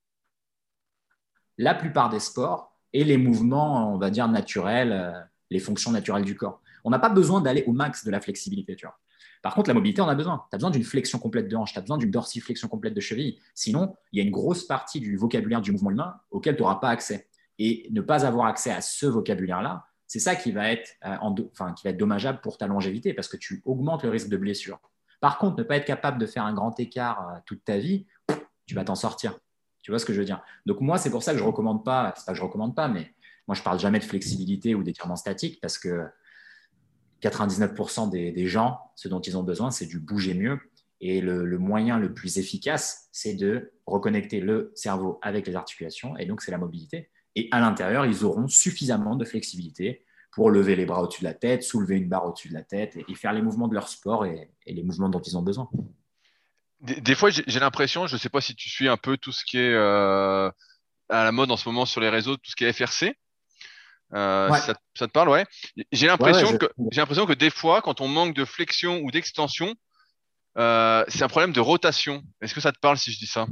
la plupart des sports et les mouvements, on va dire, naturels, euh, les fonctions naturelles du corps. On n'a pas besoin d'aller au max de la flexibilité, tu vois. Par contre, la mobilité, on a besoin. Tu as besoin d'une flexion complète de hanche, tu as besoin d'une dorsiflexion complète de cheville. Sinon, il y a une grosse partie du vocabulaire du mouvement humain auquel tu n'auras pas accès. Et ne pas avoir accès à ce vocabulaire-là, c'est ça qui va, être, euh, en do- enfin, qui va être dommageable pour ta longévité parce que tu augmentes le risque de blessure. Par contre, ne pas être capable de faire un grand écart euh, toute ta vie, tu vas t'en sortir. Tu vois ce que je veux dire? Donc moi, c'est pour ça que je ne recommande pas, c'est pas que je ne recommande pas, mais moi, je ne parle jamais de flexibilité ou d'étirement statique parce que quatre-vingt-dix-neuf pour cent des, des gens, ce dont ils ont besoin, c'est du bouger mieux. Et le, le moyen le plus efficace, c'est de reconnecter le cerveau avec les articulations, et donc c'est la mobilité. Et à l'intérieur, ils auront suffisamment de flexibilité pour lever les bras au-dessus de la tête, soulever une barre au-dessus de la tête et, et faire les mouvements de leur sport et, et les mouvements dont ils ont besoin. Des, des fois, j'ai j'ai l'impression, je sais pas si tu suis un peu tout ce qui est euh, à la mode en ce moment sur les réseaux, tout ce qui est F R C. Euh, Ouais, ça, ça te parle, ouais. J'ai ouais, ouais. l'impression Je... que j'ai l'impression que des fois, quand on manque de flexion ou d'extension, euh, c'est un problème de rotation. Est-ce que ça te parle si je dis ça?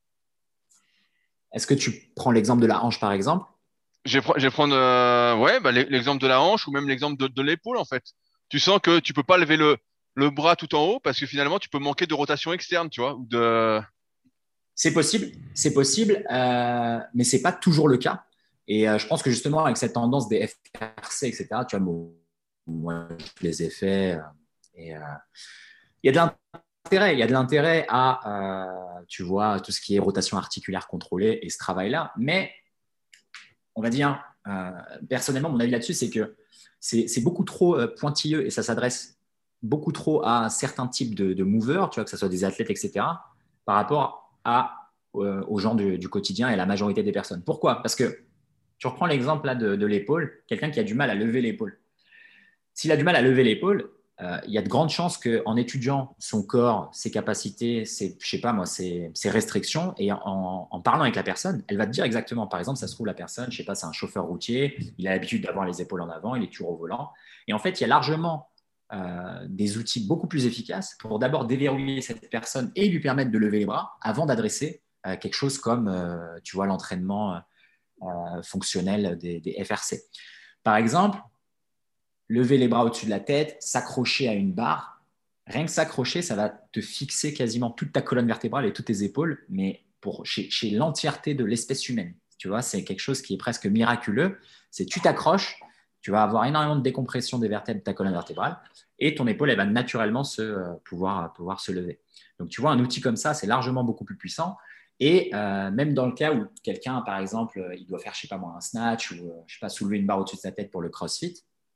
Est-ce que tu prends l'exemple de la hanche, par exemple? Je vais, pre- je vais prendre euh, ouais, bah, l'e- l'exemple de la hanche ou même l'exemple de, de l'épaule en fait. Tu sens que tu peux pas lever le, le bras tout en haut parce que finalement tu peux manquer de rotation externe, tu vois, ou de. C'est possible, c'est possible, euh, mais c'est pas toujours le cas. Et euh, je pense que justement, avec cette tendance des F R C, et cetera, tu vois, moi, moi, je les ai faits. euh, et euh, il y a de l'intérêt, il y a de l'intérêt à, euh, tu vois, tout ce qui est rotation articulaire contrôlée et ce travail-là. Mais on va dire, euh, personnellement, mon avis là-dessus, c'est que c'est, c'est beaucoup trop euh, pointilleux et ça s'adresse beaucoup trop à certains types de, de movers, tu vois, que ce soit des athlètes, et cetera, par rapport à, euh, aux gens du, du quotidien et à la majorité des personnes. Pourquoi? Parce que tu reprends l'exemple là de, de l'épaule, quelqu'un qui a du mal à lever l'épaule. S'il a du mal à lever l'épaule, euh, il y a de grandes chances qu'en étudiant son corps, ses capacités, ses, je sais pas moi, ses, ses restrictions, et en, en, parlant avec la personne, elle va te dire exactement. Par exemple, ça se trouve, la personne, je sais pas, c'est un chauffeur routier, il a l'habitude d'avoir les épaules en avant, il est toujours au volant. Et en fait, il y a largement euh, des outils beaucoup plus efficaces pour d'abord déverrouiller cette personne et lui permettre de lever les bras avant d'adresser euh, quelque chose comme, euh, tu vois, l'entraînement euh, fonctionnel des, des F R C. Par exemple, lever les bras au-dessus de la tête, s'accrocher à une barre. Rien que s'accrocher, ça va te fixer quasiment toute ta colonne vertébrale et toutes tes épaules, mais pour, chez, chez l'entièreté de l'espèce humaine. Tu vois, c'est quelque chose qui est presque miraculeux. C'est tu t'accroches, tu vas avoir énormément de décompression des vertèbres de ta colonne vertébrale et ton épaule, elle va naturellement se, euh, pouvoir, pouvoir se lever. Donc, tu vois, un outil comme ça, c'est largement beaucoup plus puissant. Et euh, même dans le cas où quelqu'un, par exemple, il doit faire, je sais pas moi, un snatch ou, euh, je sais pas, soulever une barre au-dessus de sa tête pour le CrossFit,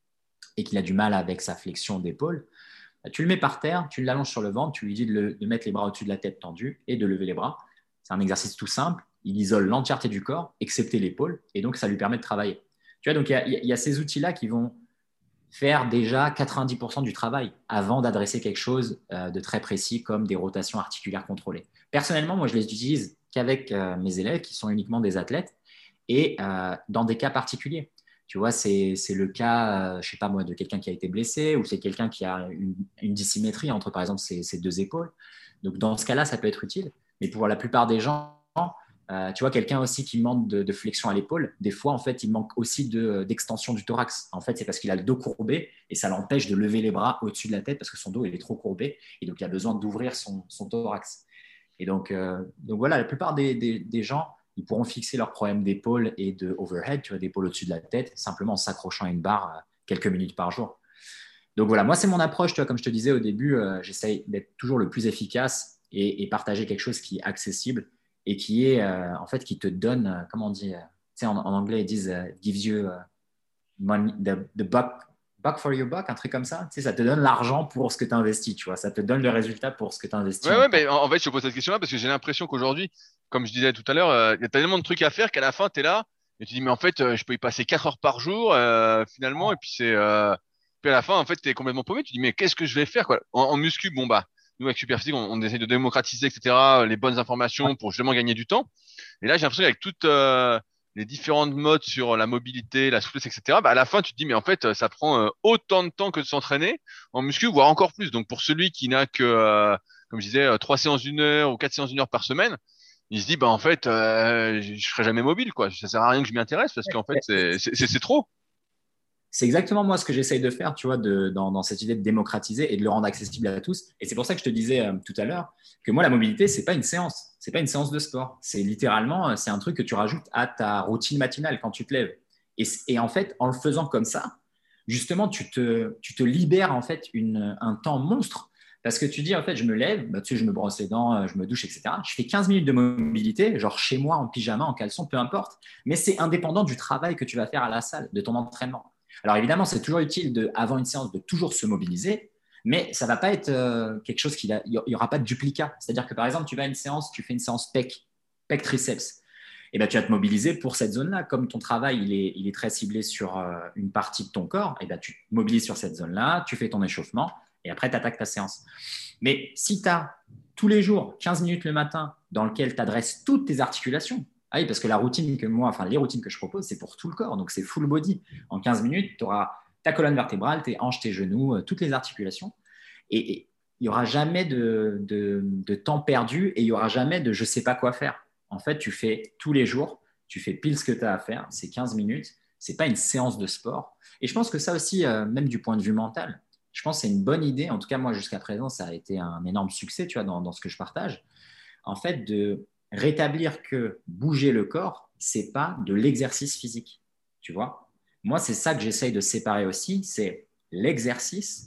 et qu'il a du mal avec sa flexion d'épaule, tu le mets par terre, tu l'allonges sur le ventre, tu lui dis de, le, de mettre les bras au-dessus de la tête tendue et de lever les bras. C'est un exercice tout simple. Il isole l'entièreté du corps, excepté l'épaule, et donc ça lui permet de travailler. Tu vois, donc il y a, il y a ces outils-là qui vont faire déjà quatre-vingt-dix pour cent du travail avant d'adresser quelque chose de très précis comme des rotations articulaires contrôlées. Personnellement, moi, je les utilise qu'avec euh, mes élèves qui sont uniquement des athlètes et euh, dans des cas particuliers. Tu vois, c'est, c'est le cas, euh, je sais pas moi, de quelqu'un qui a été blessé ou c'est quelqu'un qui a une, une dissymétrie entre, par exemple, ses, ses deux épaules. Donc, dans ce cas-là, ça peut être utile. Mais pour la plupart des gens, euh, tu vois, quelqu'un aussi qui manque de, de flexion à l'épaule, des fois, en fait, il manque aussi de, d'extension du thorax. En fait, c'est parce qu'il a le dos courbé et ça l'empêche de lever les bras au-dessus de la tête parce que son dos, il est trop courbé et donc il a besoin d'ouvrir son, son thorax. Et donc, euh, donc, voilà, la plupart des, des, des gens, ils pourront fixer leur problème d'épaule et de overhead, tu vois, d'épaule au-dessus de la tête, simplement en s'accrochant à une barre euh, quelques minutes par jour. Donc voilà, moi, c'est mon approche, tu vois, comme je te disais au début, euh, j'essaye d'être toujours le plus efficace et, et, partager quelque chose qui est accessible et qui est, euh, en fait, qui te donne, euh, comment on dit, euh, tu sais, en, en, anglais, ils disent uh, gives you uh, money, the, the buck, buck for your buck, un truc comme ça. Tu sais, ça te donne l'argent pour ce que tu investis, tu vois, ça te donne le résultat pour ce que tu investis Ouais, en ouais, temps. mais en, en fait, je te pose cette question-là parce que j'ai l'impression qu'aujourd'hui, comme je disais tout à l'heure, euh, il y a tellement de trucs à faire qu'à la fin, tu es là et tu dis, mais en fait, euh, je peux y passer quatre heures par jour, euh, finalement, et puis c'est, euh, puis à la fin, en fait, tu es complètement paumé. Tu dis, mais qu'est-ce que je vais faire, quoi? En, en muscu, bon, bah, nous, avec Superphysique, on, on essaie de démocratiser, et cetera, les bonnes informations pour justement gagner du temps. Et là, j'ai l'impression qu'avec toutes euh, les différentes modes sur la mobilité, la souplesse, et cetera, bah, à la fin, tu te dis, mais en fait, ça prend euh, autant de temps que de s'entraîner en muscu, voire encore plus. Donc, pour celui qui n'a que, euh, comme je disais, euh, trois séances d'une heure ou quatre séances d'une heure par semaine, il se dit, bah, en fait, euh, je je serai jamais mobile, quoi. Ça sert à rien que je m'y intéresse parce qu'en fait, c'est, c'est, c'est c'est trop. C'est exactement moi ce que j'essaye de faire, tu vois, de, dans, dans, cette idée de démocratiser et de le rendre accessible à tous. Et c'est pour ça que je te disais euh, tout à l'heure que moi, la mobilité, c'est pas une séance, c'est pas une séance de sport. C'est littéralement, euh, c'est un truc que tu rajoutes à ta routine matinale quand tu te lèves. Et, et en fait, en le faisant comme ça, justement, tu te, tu te libères en fait une, un temps monstre. Parce que tu dis, en fait, je me lève, bah, tu sais, je me brosse les dents, euh, je me douche, et cetera. Je fais quinze minutes de mobilité, genre chez moi, en pyjama, en caleçon, peu importe. Mais c'est indépendant du travail que tu vas faire à la salle, de ton entraînement. Alors évidemment, c'est toujours utile de, avant une séance de toujours se mobiliser, mais ça ne va pas être euh, quelque chose qui, il n'y aura pas de duplicat. C'est-à-dire que par exemple, tu vas à une séance, tu fais une séance pec, pec triceps, et ben tu vas te mobiliser pour cette zone-là. Comme ton travail il est, il est très ciblé sur euh, une partie de ton corps, et ben tu te mobilises sur cette zone-là, tu fais ton échauffement, et après tu attaques ta séance. Mais si tu as tous les jours quinze minutes le matin dans lequel tu adresses toutes tes articulations, ah oui, parce que la routine que moi, enfin les routines que je propose, c'est pour tout le corps, donc c'est full body. En quinze minutes, tu auras ta colonne vertébrale, tes hanches, tes genoux, euh, toutes les articulations. Et, et il n'y aura jamais de, de, de, temps perdu et il n'y aura jamais de je ne sais pas quoi faire. En fait, tu fais tous les jours, tu fais pile ce que tu as à faire, c'est quinze minutes, ce n'est pas une séance de sport. Et je pense que ça aussi, euh, même du point de vue mental, je pense que c'est une bonne idée. En tout cas, moi, jusqu'à présent, ça a été un énorme succès, tu vois, dans, dans ce que je partage. En fait, de rétablir que bouger le corps, c'est pas de l'exercice physique. Tu vois? Moi, c'est ça que j'essaye de séparer aussi, c'est l'exercice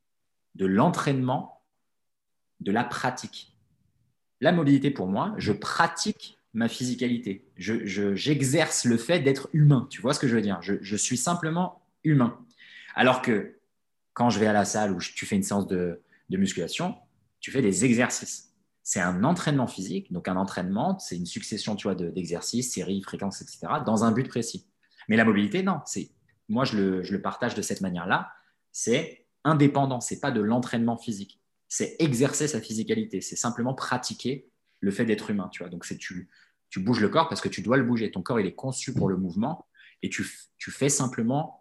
de l'entraînement, de la pratique. La mobilité, pour moi, je pratique ma physicalité. Je, je, j'exerce le fait d'être humain. Tu vois ce que je veux dire? Je, je suis simplement humain. Alors que quand je vais à la salle où tu fais une séance de, de musculation, tu fais des exercices. C'est un entraînement physique. Donc, un entraînement, c'est une succession, tu vois, de, d'exercices, séries, fréquences, et cetera, dans un but précis. Mais la mobilité, non. C'est, moi, je le, je le partage de cette manière-là. C'est indépendant. C'est pas de l'entraînement physique. C'est exercer sa physicalité. C'est simplement pratiquer le fait d'être humain, tu vois. Donc, c'est tu, tu bouges le corps parce que tu dois le bouger. Ton corps, il est conçu pour le mouvement et tu, tu fais simplement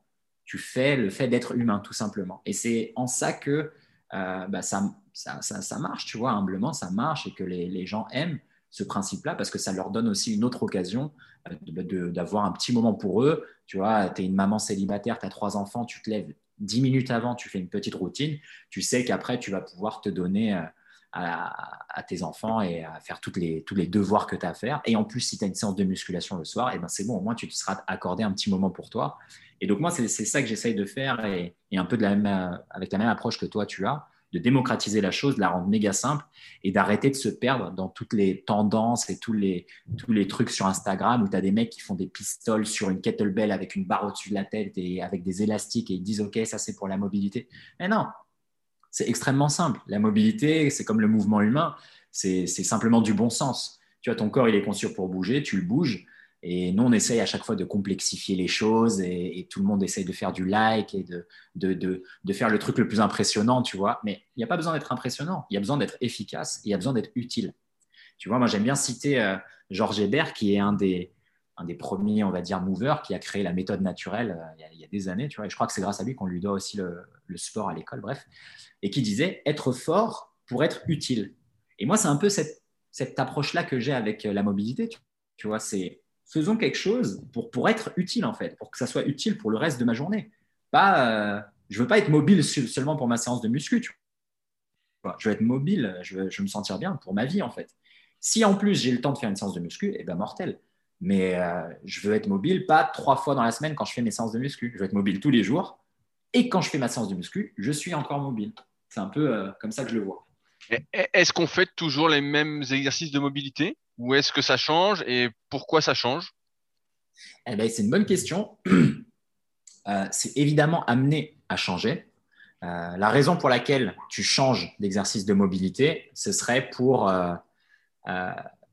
tu fais le fait d'être humain, tout simplement. Et c'est en ça que euh, bah, ça, ça, ça, ça marche, tu vois, humblement, ça marche et que les, les gens aiment ce principe-là parce que ça leur donne aussi une autre occasion euh, de, de, d'avoir un petit moment pour eux. Tu vois, tu es une maman célibataire, tu as trois enfants, tu te lèves dix minutes avant, tu fais une petite routine, tu sais qu'après, tu vas pouvoir te donner euh, à, à tes enfants et à faire toutes les, tous les devoirs que tu as à faire. Et en plus, si tu as une séance de musculation le soir, eh ben, c'est bon, au moins tu te seras accordé un petit moment pour toi. Et donc, moi, c'est, c'est ça que j'essaye de faire et, et un peu de la même, avec la même approche que toi, tu as, de démocratiser la chose, de la rendre méga simple et d'arrêter de se perdre dans toutes les tendances et tous les, tous les trucs sur Instagram où tu as des mecs qui font des pistoles sur une kettlebell avec une barre au-dessus de la tête et avec des élastiques et ils disent « Ok, ça c'est pour la mobilité ». Mais non, c'est extrêmement simple. La mobilité, c'est comme le mouvement humain, c'est, c'est simplement du bon sens. Tu vois, ton corps, il est conçu pour bouger, tu le bouges. Et nous, on essaye à chaque fois de complexifier les choses et, et tout le monde essaye de faire du like et de, de, de, de faire le truc le plus impressionnant, tu vois. Mais il n'y a pas besoin d'être impressionnant, il y a besoin d'être efficace et il y a besoin d'être utile. Tu vois, moi, j'aime bien citer euh, Georges Hébert, qui est un des, un des premiers, on va dire, movers, qui a créé la méthode naturelle euh, il, y a, il y a des années, tu vois. Et je crois que c'est grâce à lui qu'on lui doit aussi le, le sport à l'école, bref. Et qui disait être fort pour être utile. Et moi, c'est un peu cette, cette approche-là que j'ai avec la mobilité. Tu, tu vois, c'est faisons quelque chose pour, pour être utile, en fait, pour que ça soit utile pour le reste de ma journée. Pas, euh, je ne veux pas être mobile seulement pour ma séance de muscu, tu vois. Je veux être mobile, je veux, je veux me sentir bien pour ma vie, en fait. Si en plus j'ai le temps de faire une séance de muscu, eh ben mortel. Mais euh, je veux être mobile, pas trois fois dans la semaine quand je fais mes séances de muscu. Je veux être mobile tous les jours. Et quand je fais ma séance de muscu, je suis encore mobile. C'est un peu euh, comme ça que je le vois. Et- et- Est-ce qu'on fait toujours les mêmes exercices de mobilité ou est-ce que ça change et pourquoi ça change? Eh ben, c'est une bonne question. Euh, c'est évidemment amené à changer. Euh, la raison pour laquelle tu changes d'exercice de mobilité, ce serait pour euh, euh,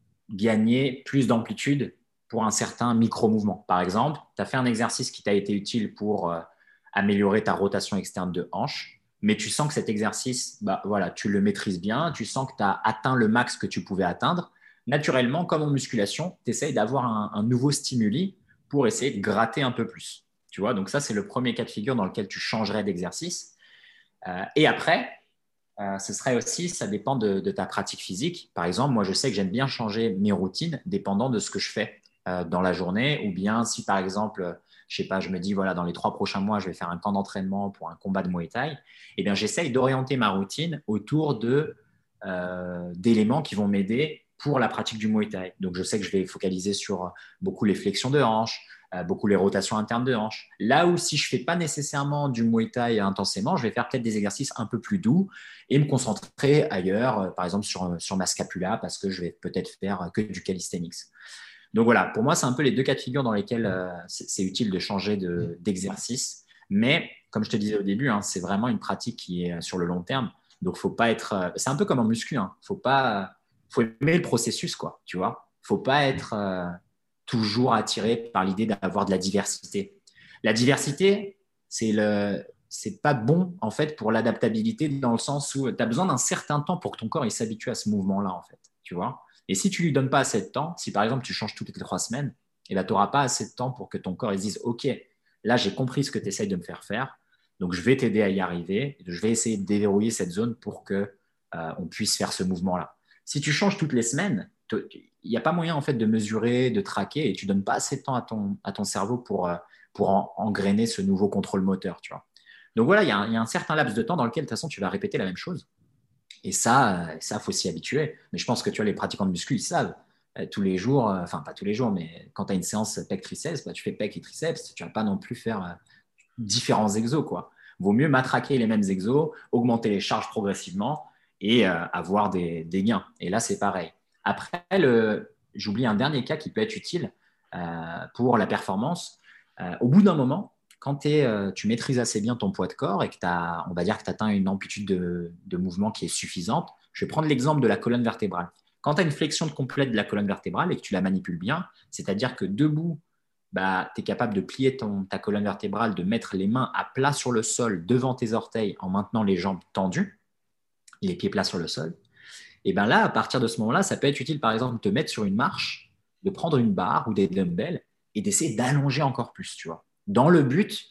gagner plus d'amplitude pour un certain micro-mouvement. Par exemple, tu as fait un exercice qui t'a été utile pour euh, améliorer ta rotation externe de hanche, mais tu sens que cet exercice, bah, voilà, tu le maîtrises bien, tu sens que tu as atteint le max que tu pouvais atteindre. Naturellement, comme en musculation, tu essayes d'avoir un, un nouveau stimuli pour essayer de gratter un peu plus. Tu vois, donc ça, c'est le premier cas de figure dans lequel tu changerais d'exercice. Euh, et après, euh, ce serait aussi, ça dépend de, de, ta pratique physique. Par exemple, moi, je sais que j'aime bien changer mes routines dépendant de ce que je fais euh, dans la journée. Ou bien si, par exemple, je sais pas, je me dis, voilà, dans les trois prochains mois, je vais faire un camp d'entraînement pour un combat de Muay Thai, eh bien, j'essaye d'orienter ma routine autour de, euh, d'éléments qui vont m'aider pour la pratique du Muay Thai. Donc, je sais que je vais focaliser sur beaucoup les flexions de hanches, euh, beaucoup les rotations internes de hanches. Là où si je ne fais pas nécessairement du Muay Thai intensément, je vais faire peut-être des exercices un peu plus doux et me concentrer ailleurs, euh, par exemple sur, sur ma scapula, parce que je vais peut-être faire que du calisthenics. Donc voilà, pour moi, c'est un peu les deux cas de figure dans lesquels euh, c'est, c'est utile de changer de, d'exercice. Mais comme je te disais au début, hein, c'est vraiment une pratique qui est sur le long terme. Donc, faut pas être. Euh, c'est un peu comme en muscu. Hein, faut pas. Faut aimer le processus, quoi. Tu vois. Faut pas être euh, toujours attiré par l'idée d'avoir de la diversité. La diversité, c'est le. C'est pas bon en fait pour l'adaptabilité dans le sens où tu as besoin d'un certain temps pour que ton corps il s'habitue à ce mouvement-là en fait, tu vois. Et si tu lui donnes pas assez de temps, si par exemple tu changes toutes les trois semaines, eh ben, tu n'auras pas assez de temps pour que ton corps il dise ok, là j'ai compris ce que tu essayes de me faire faire, donc je vais t'aider à y arriver, je vais essayer de déverrouiller cette zone pour que euh, on puisse faire ce mouvement-là. Si tu changes toutes les semaines, il n'y a pas moyen en fait de mesurer, de traquer, et tu donnes pas assez de temps à ton, à ton cerveau pour, euh, pour en, engrainer ce nouveau contrôle moteur, tu vois. Donc voilà, il y, a un, il y a un certain laps de temps dans lequel de toute façon tu vas répéter la même chose. Et ça, euh, ça faut s'y habituer. Mais je pense que tu vois, les pratiquants de muscu, ils savent. Euh, tous les jours, euh, enfin pas tous les jours, mais quand tu as une séance pec triceps, bah, tu fais pec et triceps, tu vas pas non plus faire euh, différents exos, quoi. Vaut mieux matraquer les mêmes exos, augmenter les charges progressivement et euh, avoir des, des gains. Et là, c'est pareil. Après, le, j'oublie un dernier cas qui peut être utile euh, pour la performance. Euh, au bout d'un moment, quand t'es, euh, tu maîtrises assez bien ton poids de corps et que tu as, on va dire que tu atteins une amplitude de, de mouvement qui est suffisante, je vais prendre l'exemple de la colonne vertébrale. Quand tu as une flexion complète de la colonne vertébrale et que tu la manipules bien, c'est-à-dire que debout, bah, tu es capable de plier ton, ta colonne vertébrale, de mettre les mains à plat sur le sol devant tes orteils en maintenant les jambes tendues, les pieds plats sur le sol, et bien là, à partir de ce moment-là, ça peut être utile, par exemple, de te mettre sur une marche, de prendre une barre ou des dumbbells et d'essayer d'allonger encore plus, tu vois, dans le but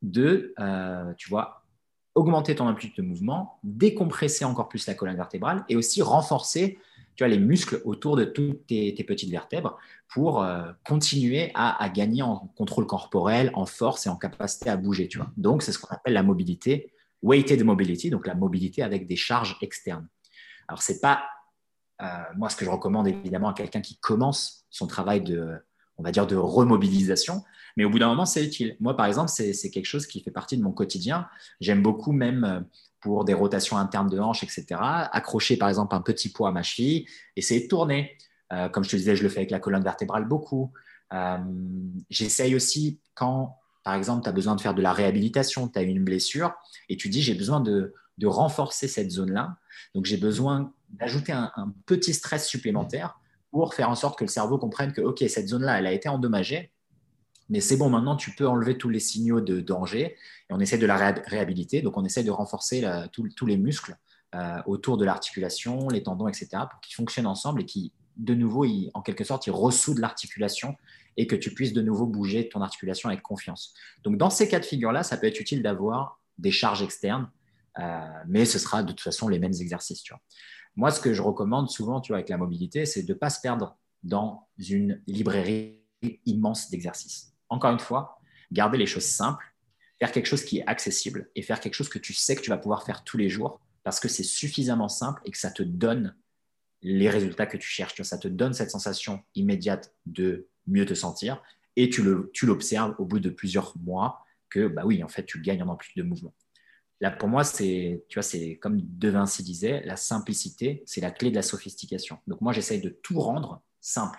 de, euh, tu vois, augmenter ton amplitude de mouvement, décompresser encore plus la colonne vertébrale et aussi renforcer, tu vois, les muscles autour de toutes tes, tes petites vertèbres pour euh, continuer à, à gagner en contrôle corporel, en force et en capacité à bouger, tu vois. Donc, c'est ce qu'on appelle la mobilité, weighted mobility, donc la mobilité avec des charges externes. Alors, c'est pas euh, moi ce que je recommande évidemment à quelqu'un qui commence son travail de, on va dire, de remobilisation, mais au bout d'un moment, c'est utile. Moi, par exemple, c'est, c'est quelque chose qui fait partie de mon quotidien. J'aime beaucoup même euh, pour des rotations internes de hanches, et cetera, accrocher par exemple un petit poids à ma cheville, essayer de tourner. Euh, comme je te disais, je le fais avec la colonne vertébrale beaucoup. Euh, j'essaye aussi quand, par exemple, tu as besoin de faire de la réhabilitation, tu as eu une blessure et tu dis j'ai besoin de, de renforcer cette zone-là. Donc, j'ai besoin d'ajouter un, un petit stress supplémentaire pour faire en sorte que le cerveau comprenne que, OK, cette zone-là, elle a été endommagée, mais c'est bon, maintenant, tu peux enlever tous les signaux de danger et on essaie de la réhab- réhabiliter. Donc, on essaie de renforcer la- tous tous les muscles euh, autour de l'articulation, les tendons, et cetera, pour qu'ils fonctionnent ensemble et qui, de nouveau, ils- en quelque sorte, ils ressoudent l'articulation et que tu puisses de nouveau bouger ton articulation avec confiance. Donc, dans ces cas de figure-là, ça peut être utile d'avoir des charges externes, euh, mais ce sera de toute façon les mêmes exercices. Tu vois. Moi, ce que je recommande souvent, tu vois, avec la mobilité, c'est de ne pas se perdre dans une librairie immense d'exercices. Encore une fois, garder les choses simples, faire quelque chose qui est accessible et faire quelque chose que tu sais que tu vas pouvoir faire tous les jours parce que c'est suffisamment simple et que ça te donne les résultats que tu cherches. Tu vois, ça te donne cette sensation immédiate de mieux te sentir et tu, le, tu l'observes au bout de plusieurs mois que, bah oui, en fait, tu gagnes en amplitude de mouvement. Là, pour moi, c'est, tu vois, c'est comme De Vinci disait, la simplicité, c'est la clé de la sophistication. Donc moi, j'essaye de tout rendre simple.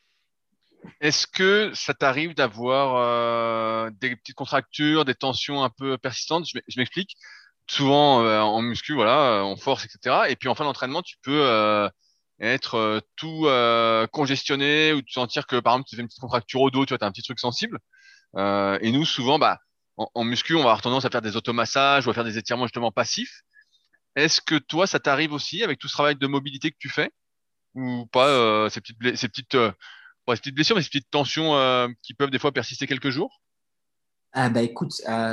Est-ce que ça t'arrive d'avoir euh, des petites contractures, des tensions un peu persistantes? Je m'e- je m'explique. Souvent euh, en muscu, voilà, euh, on force, et cetera. Et puis en fin d'entraînement, tu peux euh, être euh, tout euh, congestionné ou te sentir que par exemple tu fais une petite contracture au dos, tu vois, t'as un petit truc sensible. Euh, et nous, souvent, bah, en, en muscu, on va avoir tendance à faire des automassages ou à faire des étirements justement passifs. Est-ce que toi, ça t'arrive aussi avec tout ce travail de mobilité que tu fais ou pas euh, ces petites, bla- ces petites, euh, pas ces petites blessures, mais ces petites tensions euh, qui peuvent des fois persister quelques jours? Ah bah écoute, euh,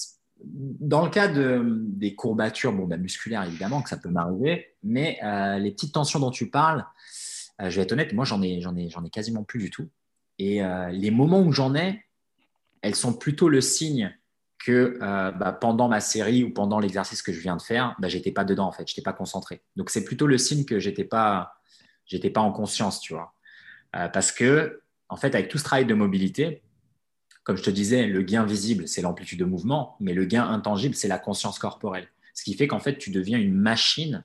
dans le cas de, des courbatures, bon, bah, musculaires, évidemment, que ça peut m'arriver, mais euh, les petites tensions dont tu parles, euh, je vais être honnête, moi, j'en ai, j'en ai, j'en ai quasiment plus du tout. Et euh, les moments où j'en ai, elles sont plutôt le signe que euh, bah, pendant ma série ou pendant l'exercice que je viens de faire, bah, j'étais pas dedans en fait, j'étais pas concentré. Donc c'est plutôt le signe que j'étais pas, j'étais pas en conscience, tu vois. Euh, parce que en fait, avec tout ce travail de mobilité, comme je te disais, le gain visible c'est l'amplitude de mouvement, mais le gain intangible c'est la conscience corporelle. Ce qui fait qu'en fait, tu deviens une machine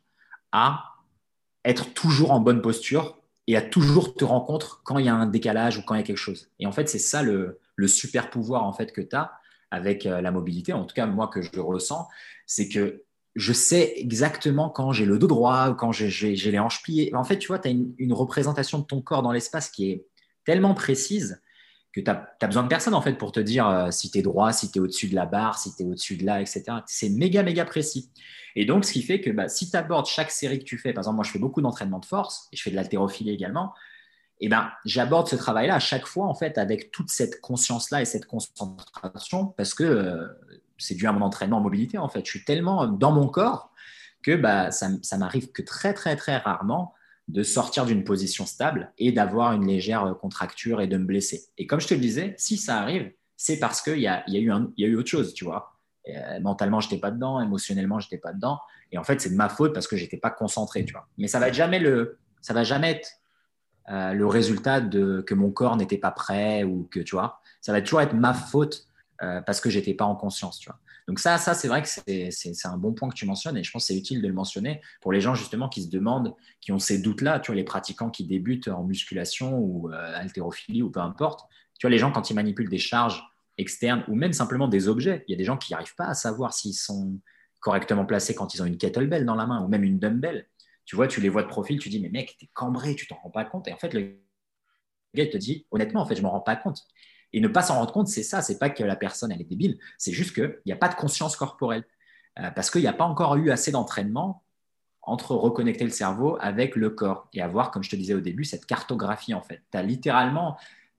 à être toujours en bonne posture et à toujours te rendre compte quand il y a un décalage ou quand il y a quelque chose. Et en fait, c'est ça le, le super pouvoir en fait que tu as avec euh, la mobilité, en tout cas moi que je le ressens, c'est que je sais exactement quand j'ai le dos droit ou quand j'ai, j'ai, j'ai les hanches pliées. En fait, tu vois, tu as une, une représentation de ton corps dans l'espace qui est tellement précise que tu as besoin de personne en fait pour te dire euh, si tu es droit, si tu es au-dessus de la barre, si tu es au-dessus de là, et cetera. C'est méga, méga précis. Et donc, ce qui fait que bah, si tu abordes chaque série que tu fais, par exemple, moi je fais beaucoup d'entraînement de force et je fais de l'haltérophilie également, et ben j'aborde ce travail-là à chaque fois en fait avec toute cette conscience-là et cette concentration parce que euh, c'est dû à mon entraînement en mobilité en fait. Je suis tellement dans mon corps que bah, ça, ça m'arrive que très, très, très rarement de sortir d'une position stable et d'avoir une légère contracture et de me blesser. Et comme je te le disais, si ça arrive, c'est parce qu'il y a, y, a eu un, y a eu autre chose, tu vois. Et, euh, mentalement, je n'étais pas dedans, émotionnellement, je n'étais pas dedans. Et en fait, c'est de ma faute parce que je n'étais pas concentré, tu vois. Mais ça va jamais le, ça va jamais être euh, le résultat de que mon corps n'était pas prêt ou que, tu vois, ça va toujours être ma faute euh, parce que j'étais pas en conscience, tu vois. Donc ça, ça c'est vrai que c'est, c'est, c'est un bon point que tu mentionnes et je pense que c'est utile de le mentionner pour les gens justement qui se demandent, qui ont ces doutes-là, tu vois, les pratiquants qui débutent en musculation ou euh, haltérophilie ou peu importe. Tu vois, les gens quand ils manipulent des charges externes ou même simplement des objets, il y a des gens qui n'arrivent pas à savoir s'ils sont correctement placés quand ils ont une kettlebell dans la main ou même une dumbbell. Tu vois, tu les vois de profil, tu dis, mais mec, t'es cambré, tu t'en rends pas compte. Et en fait, le gars, il te dit, honnêtement, en fait, je m'en rends pas compte. Et ne pas s'en rendre compte, c'est ça, c'est pas que la personne, elle est débile, c'est juste qu'il n'y a pas de conscience corporelle. Euh, parce qu'il n'y a pas encore eu assez d'entraînement entre reconnecter le cerveau avec le corps et avoir, comme je te disais au début, cette cartographie, en fait. Tu as littéralement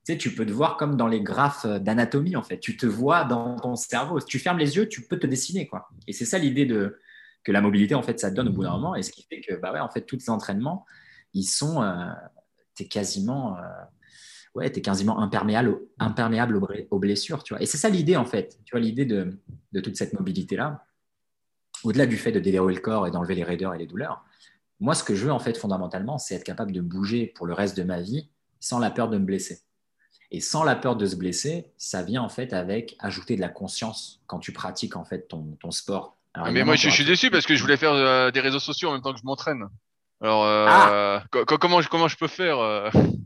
Tu sais, tu peux te voir comme dans les graphes d'anatomie, en fait. Tu te vois dans ton cerveau. Si tu fermes les yeux, tu peux te dessiner, quoi. Et c'est ça l'idée de, que la mobilité, en fait, ça te donne au bout d'un moment. Et ce qui fait que, bah ouais, en fait, tous les entraînements, ils sont, euh, t'es quasiment, euh, ouais, t'es quasiment imperméable, au- imperméable aux, bra- aux blessures, tu vois. Et c'est ça l'idée, en fait. Tu vois, l'idée de, de toute cette mobilité-là, au-delà du fait de déverrouiller le corps et d'enlever les raideurs et les douleurs, moi, ce que je veux, en fait, fondamentalement, c'est être capable de bouger pour le reste de ma vie sans la peur de me blesser. Et sans la peur de se blesser, ça vient en fait avec ajouter de la conscience quand tu pratiques en fait ton, ton sport. Alors Mais moi, évidemment, tu je, je auras suis toujours… déçu parce que je voulais faire euh, des réseaux sociaux en même temps que je m'entraîne. Alors, Ah, euh, co- co- comment, je- comment je peux faire euh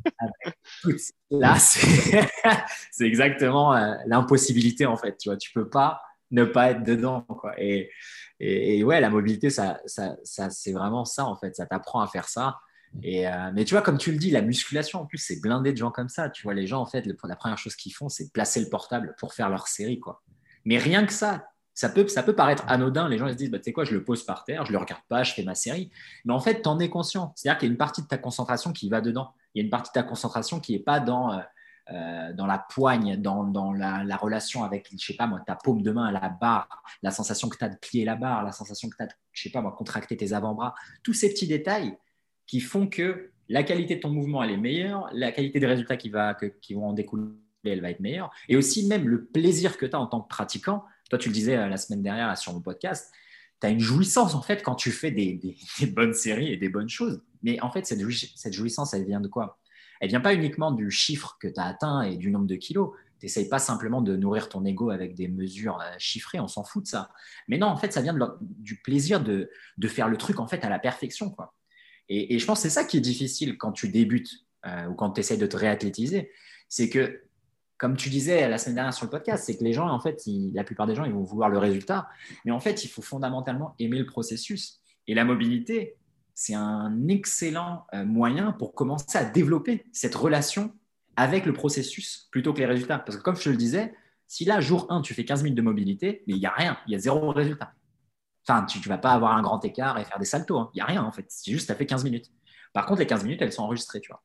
écoute, là, c'est c'est exactement euh, l'impossibilité en fait. Tu vois, tu peux pas ne pas être dedans, quoi. Et, et, et ouais, la mobilité, ça, ça, ça c'est vraiment ça en fait. Ça t'apprend à faire ça. Et euh, mais tu vois, comme tu le dis, la musculation, en plus, c'est blindé de gens comme ça. Tu vois, les gens, en fait, le- la première chose qu'ils font, c'est placer le portable pour faire leur série, quoi. Mais rien que ça, ça peut, ça peut paraître anodin. Les gens ils se disent, bah, tu sais quoi, je le pose par terre, je le regarde pas, je fais ma série. Mais en fait, tu en es conscient. C'est-à-dire qu'il y a une partie de ta concentration qui va dedans. Il y a une partie de ta concentration qui n'est pas dans, euh, euh, dans la poigne, dans, dans la, la relation avec, je sais pas moi, ta paume de main à la barre, la sensation que tu as de plier la barre, la sensation que tu as de, je sais pas moi, contracter tes avant-bras. Tous ces petits détails qui font que la qualité de ton mouvement, elle est meilleure, la qualité des résultats qui, va, que, qui vont en découler, elle va être meilleure. Et aussi même le plaisir que tu as en tant que pratiquant. Toi, tu le disais euh, la semaine dernière là, sur mon podcast, tu as une jouissance en fait quand tu fais des, des, des, bonnes séries et des bonnes choses. Mais en fait, cette, jouissance, cette jouissance, elle vient de quoi? Elle vient pas uniquement du chiffre que tu as atteint et du nombre de kilos. Tu n'essayes pas simplement de nourrir ton ego avec des mesures euh, chiffrées, on s'en fout de ça. Mais non, en fait, ça vient de, du plaisir de, de faire le truc en fait à la perfection, quoi. Et, et je pense que c'est ça qui est difficile quand tu débutes euh, ou quand tu essaies de te réathlétiser. C'est que, comme tu disais la semaine dernière sur le podcast, c'est que les gens, en fait, ils, la plupart des gens, ils vont vouloir le résultat. Mais en fait, il faut fondamentalement aimer le processus. Et la mobilité, c'est un excellent euh, moyen pour commencer à développer cette relation avec le processus plutôt que les résultats. Parce que comme je te le disais, si là, jour un, tu fais quinze minutes de mobilité, mais il n'y a rien, il y a zéro résultat. Enfin, tu ne vas pas avoir un grand écart et faire des saltos. Hein. Il n'y a rien, en fait. C'est juste, tu as fait quinze minutes. Par contre, les quinze minutes, elles sont enregistrées, tu vois.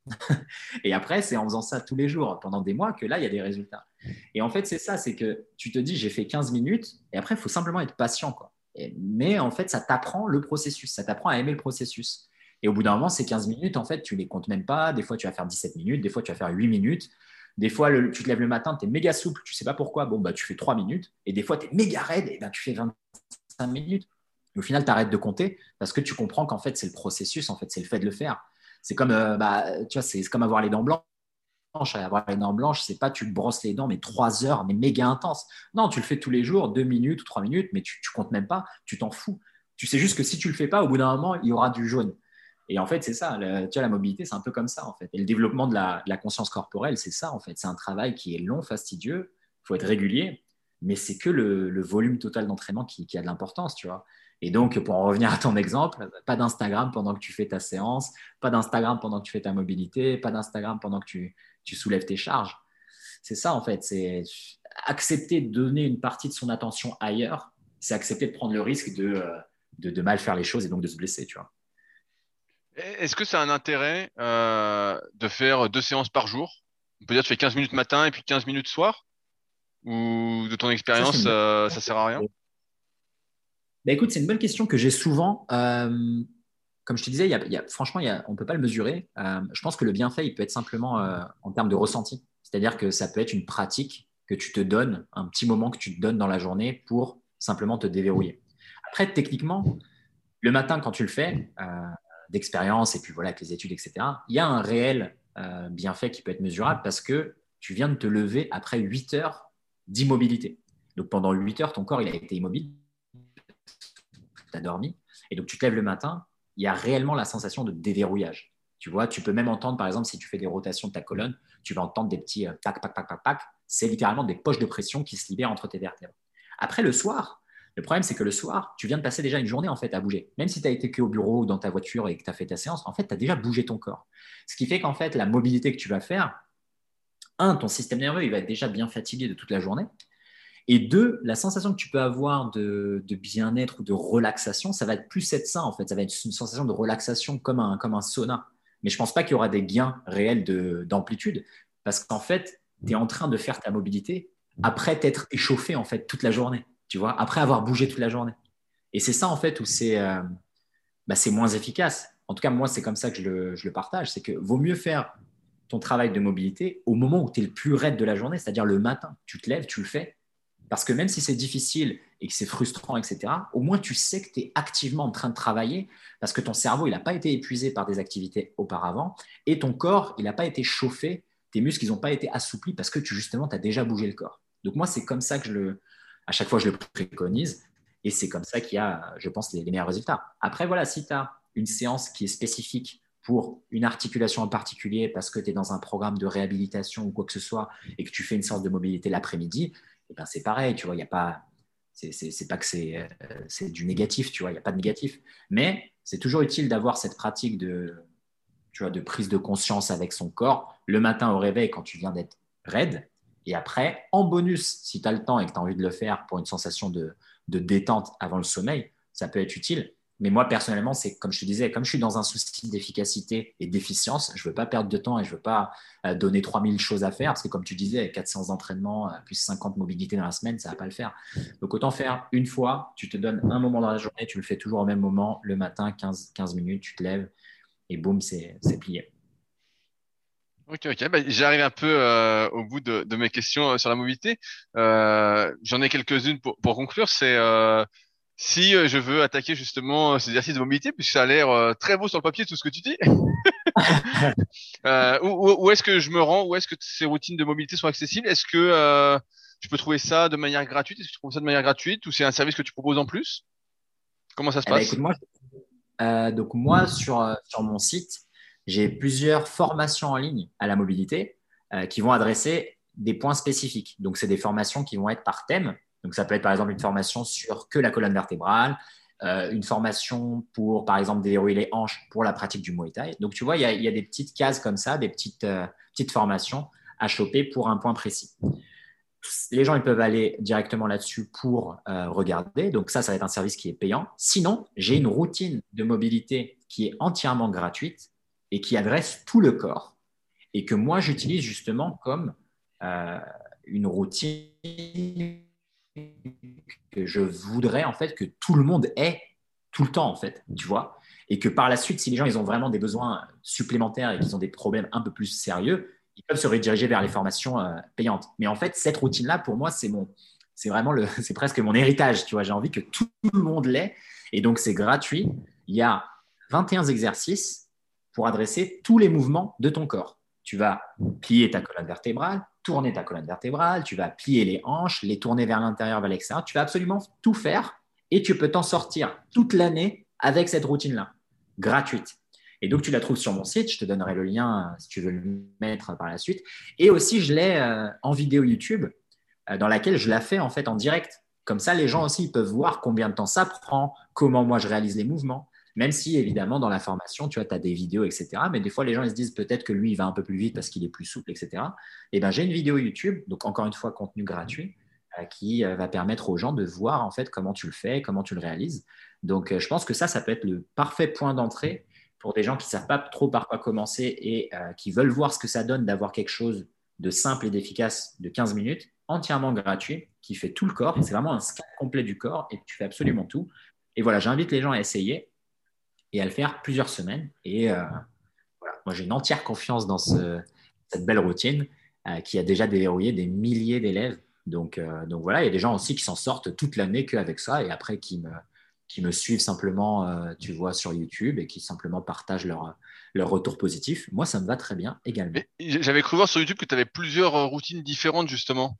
Et après, c'est en faisant ça tous les jours pendant des mois que là, il y a des résultats. Et en fait, c'est ça, c'est que tu te dis, j'ai fait quinze minutes, et après, il faut simplement être patient, quoi. Et, mais en fait, ça t'apprend le processus, ça t'apprend à aimer le processus. Et au bout d'un moment, ces quinze minutes, en fait, tu les comptes même pas. Des fois, tu vas faire dix-sept minutes, des fois, tu vas faire huit minutes. Des fois, le, tu te lèves le matin, tu es méga souple, tu sais pas pourquoi, bon, bah, tu fais trois minutes. Et des fois, tu es méga raide, et ben, tu fais vingt-cinq minutes. Et au final, tu arrêtes de compter parce que tu comprends qu'en fait, c'est le processus, en fait, c'est le fait de le faire. C'est comme, euh, bah, tu vois, c'est comme avoir les dents blanches. Avoir les dents blanches, c'est pas tu te brosses les dents, mais trois heures, mais méga intense. Non, tu le fais tous les jours, deux minutes ou trois minutes, mais tu, tu comptes même pas, tu t'en fous. Tu sais juste que si tu le fais pas, au bout d'un moment, il y aura du jaune. Et en fait, c'est ça. Le, tu vois, la mobilité, c'est un peu comme ça, en fait. Et le développement de la, de la conscience corporelle, c'est ça, en fait. C'est un travail qui est long, fastidieux, il faut être régulier, mais c'est que le, le volume total d'entraînement qui, qui a de l'importance, tu vois. Et donc, pour en revenir à ton exemple, pas d'Instagram pendant que tu fais ta séance, pas d'Instagram pendant que tu fais ta mobilité, pas d'Instagram pendant que tu, tu soulèves tes charges. C'est ça, en fait. C'est accepter de donner une partie de son attention ailleurs, c'est accepter de prendre le risque de, euh, de, de mal faire les choses et donc de se blesser, tu vois. Est-ce que ça a un intérêt euh, de faire deux séances par jour? On peut dire tu fais quinze minutes matin et puis quinze minutes soir? Ou de ton Ça, c'est expérience, une bonne euh, ça question. sert à rien? Bah, écoute, c'est une bonne question que j'ai souvent. Euh, comme je te disais, il y a, il y a- franchement, il y a- on ne peut pas le mesurer. Euh, je pense que le bienfait, il peut être simplement euh, en termes de ressenti. C'est-à-dire que ça peut être une pratique que tu te donnes, un petit moment que tu te donnes dans la journée pour simplement te déverrouiller. Après, techniquement, le matin, quand tu le fais, euh, d'expérience et puis voilà, avec les études, et cetera, il y a un réel euh, bienfait qui peut être mesurable parce que tu viens de te lever après huit heures d'immobilité. Donc pendant huit heures, ton corps il a été immobile, tu as dormi, et donc tu te lèves le matin, il y a réellement la sensation de déverrouillage. Tu vois, tu peux même entendre, par exemple, si tu fais des rotations de ta colonne, tu vas entendre des petits euh, pac, pac, pac, pac, pac. C'est littéralement des poches de pression qui se libèrent entre tes vertèbres. Après, le soir, le problème, c'est que le soir, tu viens de passer déjà une journée en fait à bouger. Même si tu as été que au bureau ou dans ta voiture et que tu as fait ta séance, en fait, tu as déjà bougé ton corps. Ce qui fait qu'en fait, la mobilité que tu vas faire, un, ton système nerveux, il va être déjà bien fatigué de toute la journée. Et deux, la sensation que tu peux avoir de, de bien-être ou de relaxation, ça va être plus être ça en fait. Ça va être une sensation de relaxation comme un, comme un sauna. Mais je ne pense pas qu'il y aura des gains réels de, d'amplitude. parce qu'en fait, tu es en train de faire ta mobilité après t'être échauffé en fait toute la journée, tu vois, après avoir bougé toute la journée. Et c'est ça en fait où c'est euh, bah, c'est moins efficace. En tout cas, moi, c'est comme ça que je le, je le partage. C'est que vaut mieux faire ton travail de mobilité au moment où tu es le plus raide de la journée, c'est-à-dire le matin. Tu te lèves, tu le fais. Parce que même si c'est difficile et que c'est frustrant, et cetera, au moins tu sais que tu es activement en train de travailler parce que ton cerveau, il n'a pas été épuisé par des activités auparavant et ton corps, il n'a pas été chauffé, tes muscles, ils n'ont pas été assouplis parce que tu, justement, tu as déjà bougé le corps. Donc moi, c'est comme ça que je le, à chaque fois, je le préconise et c'est comme ça qu'il y a, je pense, les, les meilleurs résultats. Après, voilà, si tu as une séance qui est spécifique pour une articulation en particulier parce que tu es dans un programme de réhabilitation ou quoi que ce soit et que tu fais une séance de mobilité l'après-midi, eh ben, c'est pareil, tu vois, il n'y a pas, c'est, c'est, c'est pas que c'est, euh, c'est du négatif, tu vois, il n'y a pas de négatif. Mais c'est toujours utile d'avoir cette pratique de, tu vois, de prise de conscience avec son corps le matin au réveil quand tu viens d'être raide. Et après, en bonus, si tu as le temps et que tu as envie de le faire pour une sensation de, de détente avant le sommeil, ça peut être utile. Mais moi, personnellement, c'est comme je te disais, comme je suis dans un souci d'efficacité et d'efficience, je ne veux pas perdre de temps et je ne veux pas euh, donner trois mille choses à faire parce que, comme tu disais, quatre cents d'entraînement, euh, plus cinquante mobilités dans la semaine, ça ne va pas le faire. Donc, autant faire une fois, tu te donnes un moment dans la journée, tu le fais toujours au même moment, le matin, quinze, quinze minutes, tu te lèves et boum, c'est, c'est plié. Ok, ok. Bah, j'arrive un peu euh, au bout de, de mes questions euh, sur la mobilité. Euh, j'en ai quelques-unes pour, pour conclure. C'est euh, si euh, je veux attaquer justement euh, ces exercices de mobilité, puisque ça a l'air euh, très beau sur le papier tout ce que tu dis. Euh, où où- où est-ce que je me rends? Où est-ce que ces routines de mobilité sont accessibles? Est-ce que euh, je peux trouver ça de manière gratuite? Est-ce que tu trouves ça de manière gratuite ou c'est un service que tu proposes en plus? Comment ça se Eh ben, écoute, passe? moi, euh, donc moi sur, euh, sur mon site, j'ai plusieurs formations en ligne à la mobilité euh, qui vont adresser des points spécifiques. Donc, c'est des formations qui vont être par thème. Donc, ça peut être par exemple une formation sur que la colonne vertébrale, euh, une formation pour, par exemple, déverrouiller les hanches pour la pratique du Muay Thai. Donc, tu vois, il y a, il y a des petites cases comme ça, des petites, euh, petites formations à choper pour un point précis. Les gens ils peuvent aller directement là-dessus pour euh, regarder. Donc ça, ça va être un service qui est payant. Sinon, j'ai une routine de mobilité qui est entièrement gratuite et qui adresse tout le corps et que moi, j'utilise justement comme euh, une routine que je voudrais en fait que tout le monde ait tout le temps en fait, tu vois. Et que par la suite, si les gens ils ont vraiment des besoins supplémentaires et qu'ils ont des problèmes un peu plus sérieux, ils peuvent se rediriger vers les formations euh, payantes. Mais en fait, cette routine-là, pour moi, c'est mon, c'est vraiment le, c'est presque mon héritage, tu vois. J'ai envie que tout le monde l'ait. Et donc, c'est gratuit. Il y a vingt et un exercices pour adresser tous les mouvements de ton corps. Tu vas plier ta colonne vertébrale, tourner ta colonne vertébrale, tu vas plier les hanches, les tourner vers l'intérieur, vers l'extérieur. Tu vas absolument tout faire et tu peux t'en sortir toute l'année avec cette routine-là, gratuite. Et donc, tu la trouves sur mon site. Je te donnerai le lien euh, si tu veux le mettre par la suite. Et aussi, je l'ai euh, en vidéo YouTube euh, dans laquelle je la fais en fait en direct. Comme ça, les gens aussi ils peuvent voir combien de temps ça prend, comment moi je réalise les mouvements. Même si, évidemment, dans la formation, tu vois, tu as des vidéos, et cetera. Mais des fois, les gens ils se disent peut-être que lui, il va un peu plus vite parce qu'il est plus souple, et cetera. Et ben, j'ai une vidéo YouTube, donc encore une fois, contenu gratuit, euh, qui euh, va permettre aux gens de voir en fait comment tu le fais, comment tu le réalises. Donc, euh, je pense que ça, ça peut être le parfait point d'entrée pour des gens qui ne savent pas trop par quoi commencer et euh, qui veulent voir ce que ça donne d'avoir quelque chose de simple et d'efficace de quinze minutes, entièrement gratuit, qui fait tout le corps. C'est vraiment un scan complet du corps et tu fais absolument tout. Et voilà, j'invite les gens à essayer et à le faire plusieurs semaines. Et euh, voilà, moi, j'ai une entière confiance dans ce, cette belle routine euh, qui a déjà déverrouillé des milliers d'élèves. Donc, euh, donc voilà, il y a des gens aussi qui s'en sortent toute l'année qu'avec ça et après qui me, qui me suivent simplement, euh, tu vois, sur YouTube et qui simplement partagent leur, leur retour positif. Moi, ça me va très bien également. Mais j'avais cru voir sur YouTube que tu avais plusieurs euh, routines différentes justement.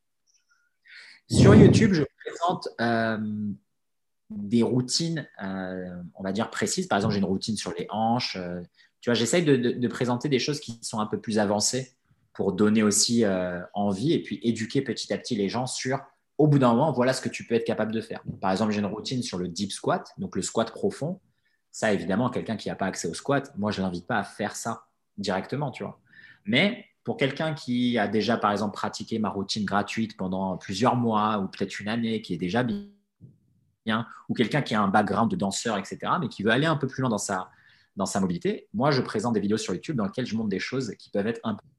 Sur YouTube, je présente euh, des routines, euh, on va dire précises. Par exemple, j'ai une routine sur les hanches. Euh, tu vois, j'essaye de, de, de, présenter des choses qui sont un peu plus avancées pour donner aussi euh, envie et puis éduquer petit à petit les gens sur, au bout d'un moment, voilà ce que tu peux être capable de faire. Par exemple, j'ai une routine sur le deep squat, donc le squat profond. Ça, évidemment, quelqu'un qui n'a pas accès au squat, moi, je ne l'invite pas à faire ça directement, tu vois. Mais pour quelqu'un qui a déjà, par exemple, pratiqué ma routine gratuite pendant plusieurs mois ou peut-être une année, qui est déjà bien, ou quelqu'un qui a un background de danseur, et cetera, mais qui veut aller un peu plus loin dans sa, dans sa mobilité, moi, je présente des vidéos sur YouTube dans lesquelles je montre des choses qui peuvent être un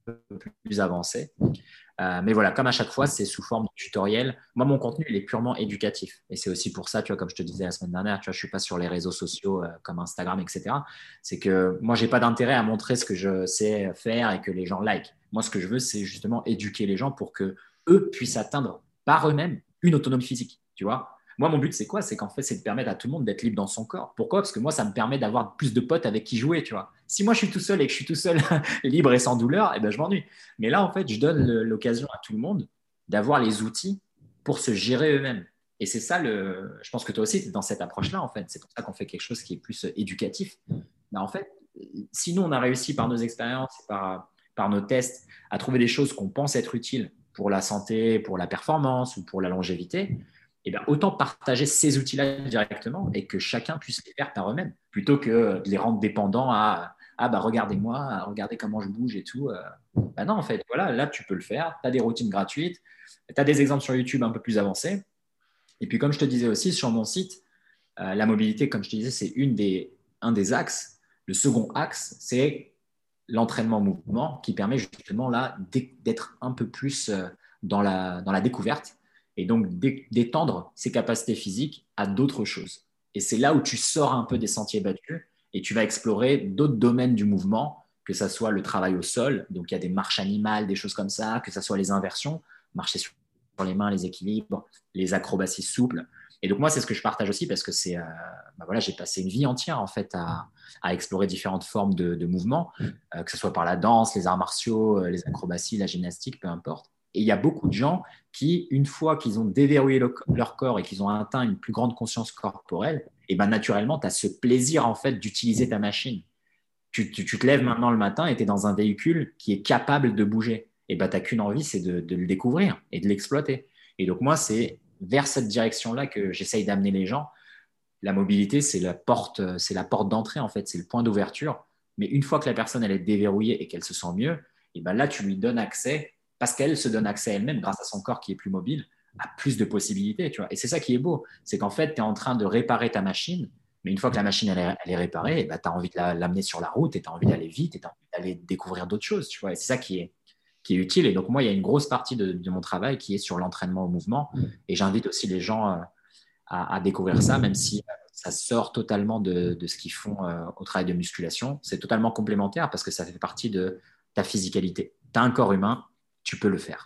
plus avancé. Euh, mais voilà, comme à chaque fois, c'est sous forme de tutoriel. Moi, mon contenu, il est purement éducatif. Et c'est aussi pour ça, tu vois, comme je te disais la semaine dernière, tu vois, je suis pas sur les réseaux sociaux euh, comme Instagram, et cetera. C'est que moi, j'ai pas d'intérêt à montrer ce que je sais faire et que les gens like. Moi, ce que je veux, c'est justement éduquer les gens pour que eux puissent atteindre par eux-mêmes une autonomie physique, tu vois. Moi, mon but, c'est quoi? C'est qu'en fait, c'est de permettre à tout le monde d'être libre dans son corps. Pourquoi? Parce que moi, ça me permet d'avoir plus de potes avec qui jouer, tu vois. Si moi, je suis tout seul et que je suis tout seul libre et sans douleur, eh ben, je m'ennuie. Mais là, en fait, je donne l'occasion à tout le monde d'avoir les outils pour se gérer eux-mêmes. Et c'est ça, le... je pense que toi aussi, tu es dans cette approche-là, en fait. C'est pour ça qu'on fait quelque chose qui est plus éducatif. Mais en fait, si nous, on a réussi par nos expériences, par, par nos tests, à trouver des choses qu'on pense être utiles pour la santé, pour la performance ou pour la longévité, eh bien, autant partager ces outils-là directement et que chacun puisse les faire par eux-mêmes, plutôt que de les rendre dépendants à ah bah regardez-moi, regardez comment je bouge et tout. Bah non, en fait, voilà, là tu peux le faire. Tu as des routines gratuites, tu as des exemples sur YouTube un peu plus avancés. Et puis, comme je te disais aussi sur mon site, euh, la mobilité, comme je te disais, c'est une des, un des axes. Le second axe, c'est l'entraînement mouvement qui permet justement là d'être un peu plus dans la, dans la découverte et donc d'étendre ses capacités physiques à d'autres choses. Et c'est là où tu sors un peu des sentiers battus et tu vas explorer d'autres domaines du mouvement, que ce soit le travail au sol, donc il y a des marches animales, des choses comme ça, que ce soit les inversions, marcher sur les mains, les équilibres, les acrobaties souples. Et donc moi, c'est ce que je partage aussi parce que c'est, euh, bah voilà, j'ai passé une vie entière en fait à, à explorer différentes formes de, de mouvements, euh, que ce soit par la danse, les arts martiaux, euh, les acrobaties, la gymnastique, peu importe. Et il y a beaucoup de gens qui, une fois qu'ils ont déverrouillé le, leur corps et qu'ils ont atteint une plus grande conscience corporelle, et ben naturellement, tu as ce plaisir en fait d'utiliser ta machine. Tu, tu, tu te lèves maintenant le matin et tu es dans un véhicule qui est capable de bouger. Et ben, tu n'as qu'une envie, c'est de, de le découvrir et de l'exploiter. Et donc moi, c'est vers cette direction-là que j'essaye d'amener les gens. La mobilité, c'est la porte, c'est la porte d'entrée en fait, c'est le point d'ouverture. Mais une fois que la personne elle est déverrouillée et qu'elle se sent mieux, et ben là tu lui donnes accès parce qu'elle se donne accès elle-même grâce à son corps qui est plus mobile à plus de possibilités, tu vois. Et c'est ça qui est beau, c'est qu'en fait tu es en train de réparer ta machine, mais une fois que la machine elle est, elle est réparée, ben, tu as envie de la, l'amener sur la route et tu as envie d'aller vite et tu as envie d'aller découvrir d'autres choses, tu vois. Et c'est ça qui est qui est utile. Et donc moi il y a une grosse partie de, de mon travail qui est sur l'entraînement au mouvement et j'invite aussi les gens euh, à, à découvrir ça, même si ça sort totalement de, de ce qu'ils font euh, au travail de musculation. C'est totalement complémentaire parce que ça fait partie de ta physicalité. Tu as un corps humain, tu peux le faire.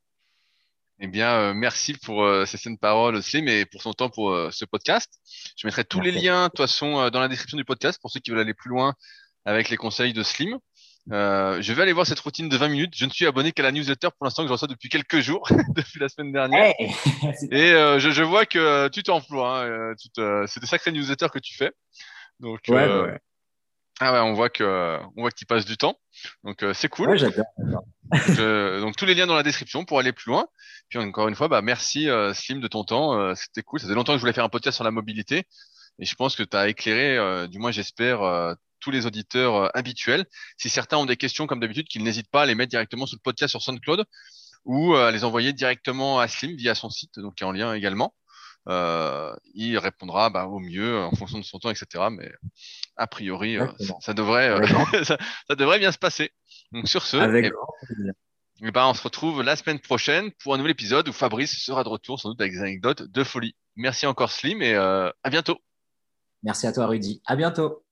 Eh bien, euh, merci pour euh, ces scènes de parole, Slim, et pour son temps pour euh, ce podcast. Je mettrai tous les Merci à toi. liens, de toute façon, euh, dans la description du podcast pour ceux qui veulent aller plus loin avec les conseils de Slim. Euh, je vais aller voir cette routine de vingt minutes. Je ne suis abonné qu'à la newsletter pour l'instant que je reçois depuis quelques jours, depuis la semaine dernière. Hey Et euh, je, je vois que euh, tu t'emploies. Hein, euh, tu te- c'est des sacrés newsletters que tu fais. Donc, ouais, bah euh, ouais. ah ouais, on voit que, euh, on voit que tu passes du temps. Donc, euh, c'est cool. Ouais, j'adore. j'adore. Je, donc tous les liens dans la description pour aller plus loin. Puis encore une fois, bah merci euh, Slim de ton temps. Euh, c'était cool. Ça faisait longtemps que je voulais faire un podcast sur la mobilité et je pense que tu as éclairé, euh, du moins j'espère, euh, tous les auditeurs euh, habituels. Si certains ont des questions comme d'habitude, qu'ils n'hésitent pas à les mettre directement sous le podcast sur SoundCloud ou euh, à les envoyer directement à Slim via son site, donc qui est en lien également. Euh, il répondra bah, au mieux en fonction de son temps, et cetera. Mais a priori, euh, ça, Exactement. ça devrait, euh, Avec grand, ça, ça devrait bien se passer. Donc sur ce, avec eh grand plaisir. eh ben, on se retrouve la semaine prochaine pour un nouvel épisode où Fabrice sera de retour, sans doute avec des anecdotes de folie. Merci encore Slim et euh, à bientôt. Merci à toi, Rudy. À bientôt.